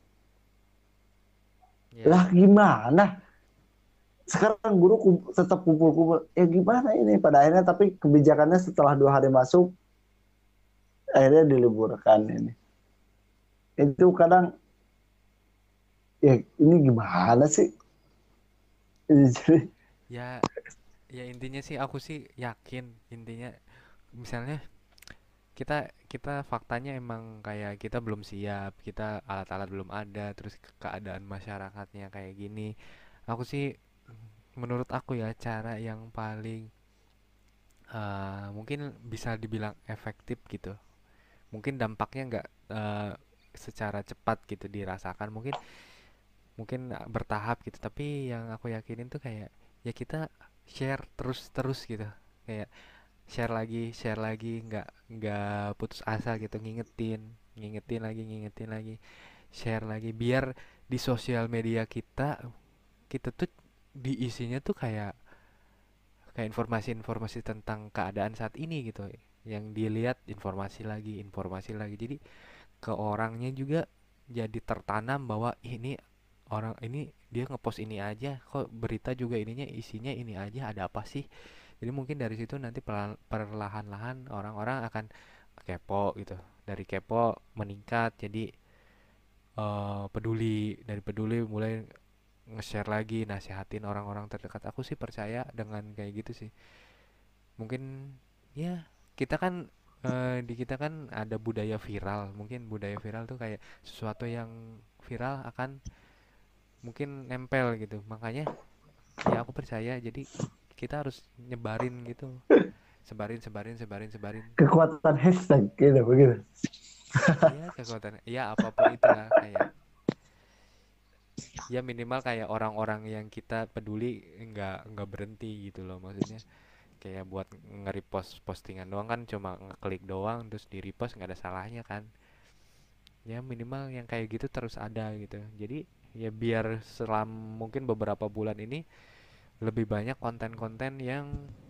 Ya. Lah gimana? Sekarang guru kum- tetap kumpul-kumpul. Ya gimana ini? Pada akhirnya tapi kebijakannya setelah dua hari masuk akhirnya diliburkan ini. Itu kadang ya ini gimana sih? Jadi Ya, ya intinya sih aku sih yakin intinya misalnya kita kita faktanya emang kayak kita belum siap, kita alat-alat belum ada, terus ke- keadaan masyarakatnya kayak gini. Aku sih menurut aku ya cara yang paling eh, mungkin bisa dibilang efektif gitu. Mungkin dampaknya nggak eh, secara cepat gitu dirasakan. Mungkin mungkin bertahap gitu. Tapi yang aku yakinin tuh kayak ya kita share terus-terus gitu. Kayak share lagi share lagi nggak nggak putus asa gitu, ngingetin ngingetin lagi ngingetin lagi, share lagi biar di sosial media kita kita tuh diisinya tuh kayak kayak informasi-informasi tentang keadaan saat ini gitu, yang dilihat informasi lagi informasi lagi, jadi ke orangnya juga jadi tertanam bahwa "Ih, ini orang ini dia ngepost ini aja kok berita juga ininya isinya ini aja, ada apa sih?" Jadi mungkin dari situ nanti perlahan-lahan orang-orang akan kepo gitu. Dari kepo meningkat jadi eh, peduli, dari peduli mulai nge-share lagi, nasihatin orang-orang terdekat. Aku sih percaya dengan kayak gitu sih. Mungkin ya kita kan eh, di kita kan ada budaya viral. Mungkin budaya viral tuh kayak sesuatu yang viral akan mungkin nempel gitu. Makanya ya aku percaya jadi kita harus nyebarin gitu, sebarin sebarin sebarin sebarin. kekuatan hashtag gitu begitu. Iya kekuatan, ya apapun itulah kayak ya minimal kayak orang-orang yang kita peduli nggak nggak berhenti gitu loh, maksudnya kayak buat nge-repost postingan doang kan cuma ngeklik doang terus di repost nggak ada salahnya kan. Ya minimal yang kayak gitu terus ada gitu, jadi ya biar selam mungkin beberapa bulan ini lebih banyak konten-konten yang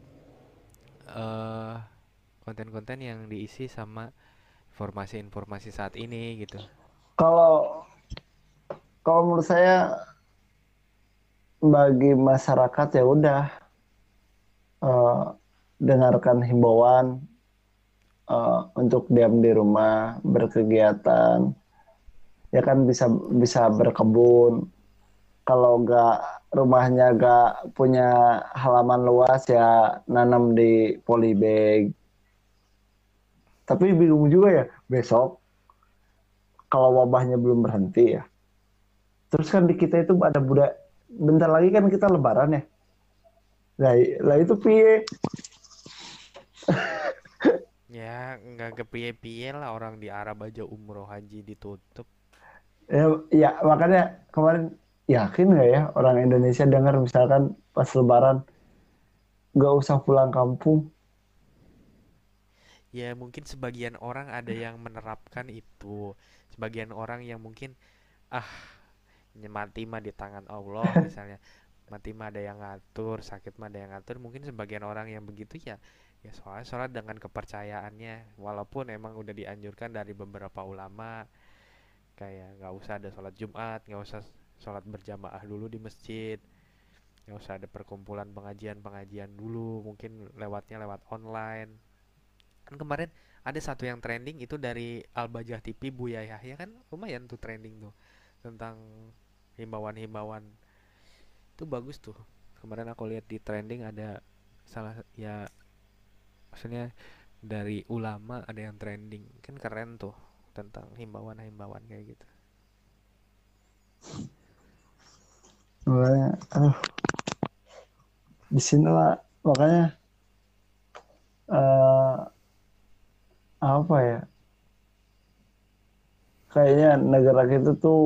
eh konten-konten yang diisi sama informasi-informasi saat ini gitu. Kalau kalau menurut saya bagi masyarakat ya udah eh, dengarkan himbauan eh, untuk diam di rumah, berkegiatan, ya kan bisa bisa berkebun. Kalau nggak rumahnya nggak punya halaman luas ya nanam di polybag. Tapi bingung juga ya besok kalau wabahnya belum berhenti ya. Terus kan di kita itu ada budaya, bentar lagi kan kita lebaran ya. Lah, lah itu piye? Ya nggak kepiye-piye lah, orang di Arab aja umroh haji ditutup. Ya, ya makanya kemarin yakin nggak ya orang Indonesia dengar misalkan pas lebaran nggak usah pulang kampung. Ya mungkin sebagian orang ada yang menerapkan itu. Sebagian orang yang mungkin ah mati mah di tangan Allah misalnya. Mati mah ada yang ngatur, sakit mah ada yang ngatur. Mungkin sebagian orang yang begitu ya ya soalnya sholat dengan kepercayaannya. Walaupun emang udah dianjurkan dari beberapa ulama kayak nggak usah ada sholat Jumat, nggak usah sholat berjamaah dulu di masjid, nggak usah ada perkumpulan pengajian-pengajian dulu, mungkin lewatnya lewat online. Kan kemarin ada satu yang trending itu dari Al-Bajah T V Buya Yahya, kan lumayan tuh trending tuh tentang himbauan-himbauan Itu bagus tuh. Kemarin aku lihat di trending ada salah ya, maksudnya dari ulama ada yang trending. Kan keren tuh tentang himbauan-himbauan kayak gitu. Makanya, aduh, di sini lah makanya eh, apa ya? Kayaknya negara kita tuh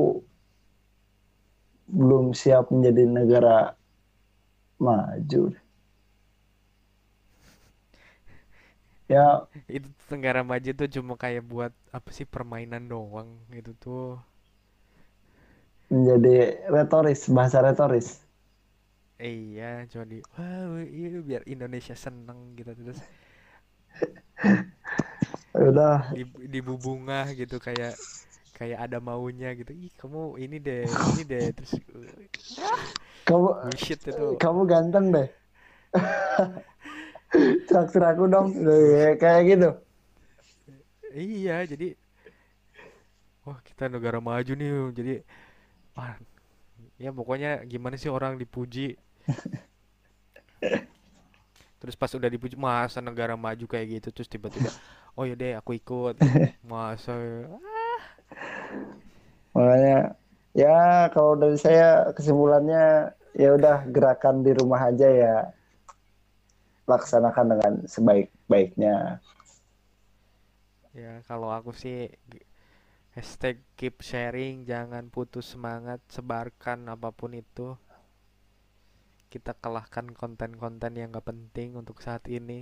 belum siap menjadi negara maju. Ya Itu negara maju tuh cuma kayak buat apa sih, permainan doang gitu tuh. menjadi retoris, bahasa retoris. Eh, iya, cuma di wow, iya biar Indonesia seneng gitu, terus Udah, di dibubungah gitu, kayak kayak ada maunya gitu. Ih, kamu ini deh, ini deh, terus uh, kamu bullshit itu. kamu ganteng deh. Traktir aku dong. Bullshit. Kayak gitu. Iya, jadi wah, kita negara maju nih. Jadi wah, ya pokoknya gimana sih orang dipuji, terus pas udah dipuji masa negara maju kayak gitu, terus tiba-tiba oh ya deh aku ikut gitu. Masa Makanya ya kalau dari saya kesimpulannya ya udah gerakan di rumah aja ya laksanakan dengan sebaik-baiknya. ya, kalau aku sih hashtag keep sharing, jangan putus semangat, sebarkan apapun itu. Kita kalahkan konten-konten yang gak penting untuk saat ini.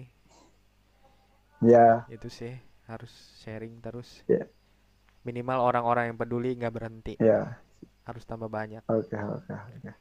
Ya, Itu sih, harus sharing terus. ya, Minimal orang-orang yang peduli nggak berhenti, ya. harus tambah banyak. Oke, oke, oke.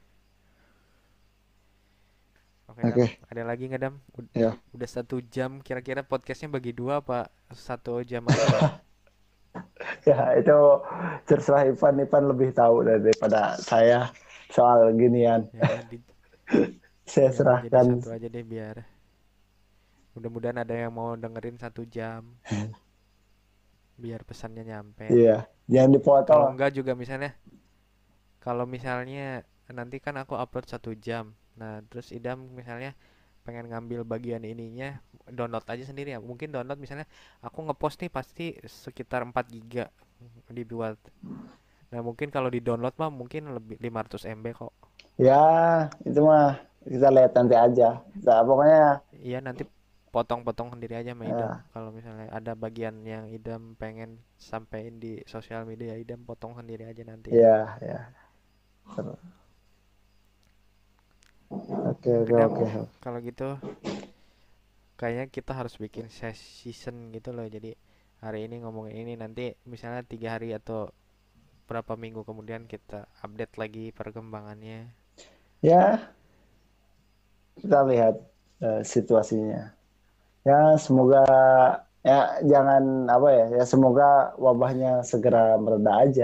Oke Dam, Oke, ada lagi nggak Dam? Ud- ya. Udah satu jam, kira-kira podcastnya bagi dua apa satu jam aja ya? Ya, itu terserah Ivan. Ivan lebih tahu daripada saya soal ginian. Ya udah di, Saya ya udah jadi serahkan. satu aja deh, biar mudah-mudahan ada yang mau dengerin satu jam, biar pesannya nyampe. Iya, jangan dipotong. Kalau enggak juga misalnya, kalau misalnya nanti kan aku upload satu jam, nah terus Idam misalnya pengen ngambil bagian ininya, download aja sendiri ya. Mungkin download misalnya aku ngepost nih pasti sekitar empat giga dibuat. Nah, mungkin kalau di download mah mungkin lebih lima ratus M B kok. Ya, itu mah kita lihat nanti aja. Nah, pokoknya Iya, nanti potong-potong sendiri aja sama Idam. ya, Kalau misalnya ada bagian yang Idam pengen sampein di sosial media, Idam potong sendiri aja nanti. ya, ya. Oke, Oke oke, Dam, oke. kalau gitu kayaknya kita harus bikin season gitu loh. Jadi hari ini ngomongin ini, nanti misalnya tiga hari atau berapa minggu kemudian kita update lagi perkembangannya. Ya, kita lihat eh, situasinya. Ya, semoga ya jangan apa ya, ya semoga wabahnya segera mereda aja.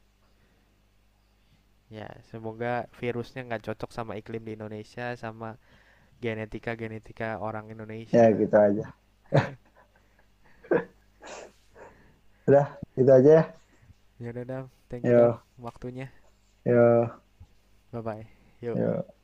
Ya, semoga virusnya nggak cocok sama iklim di Indonesia, sama genetika-genetika orang Ya, Indonesia. gitu aja. Udah, gitu aja ya. Ya udah Dam, thank you Dam Yo, waktunya. yo, Bye bye. Yuk. yo.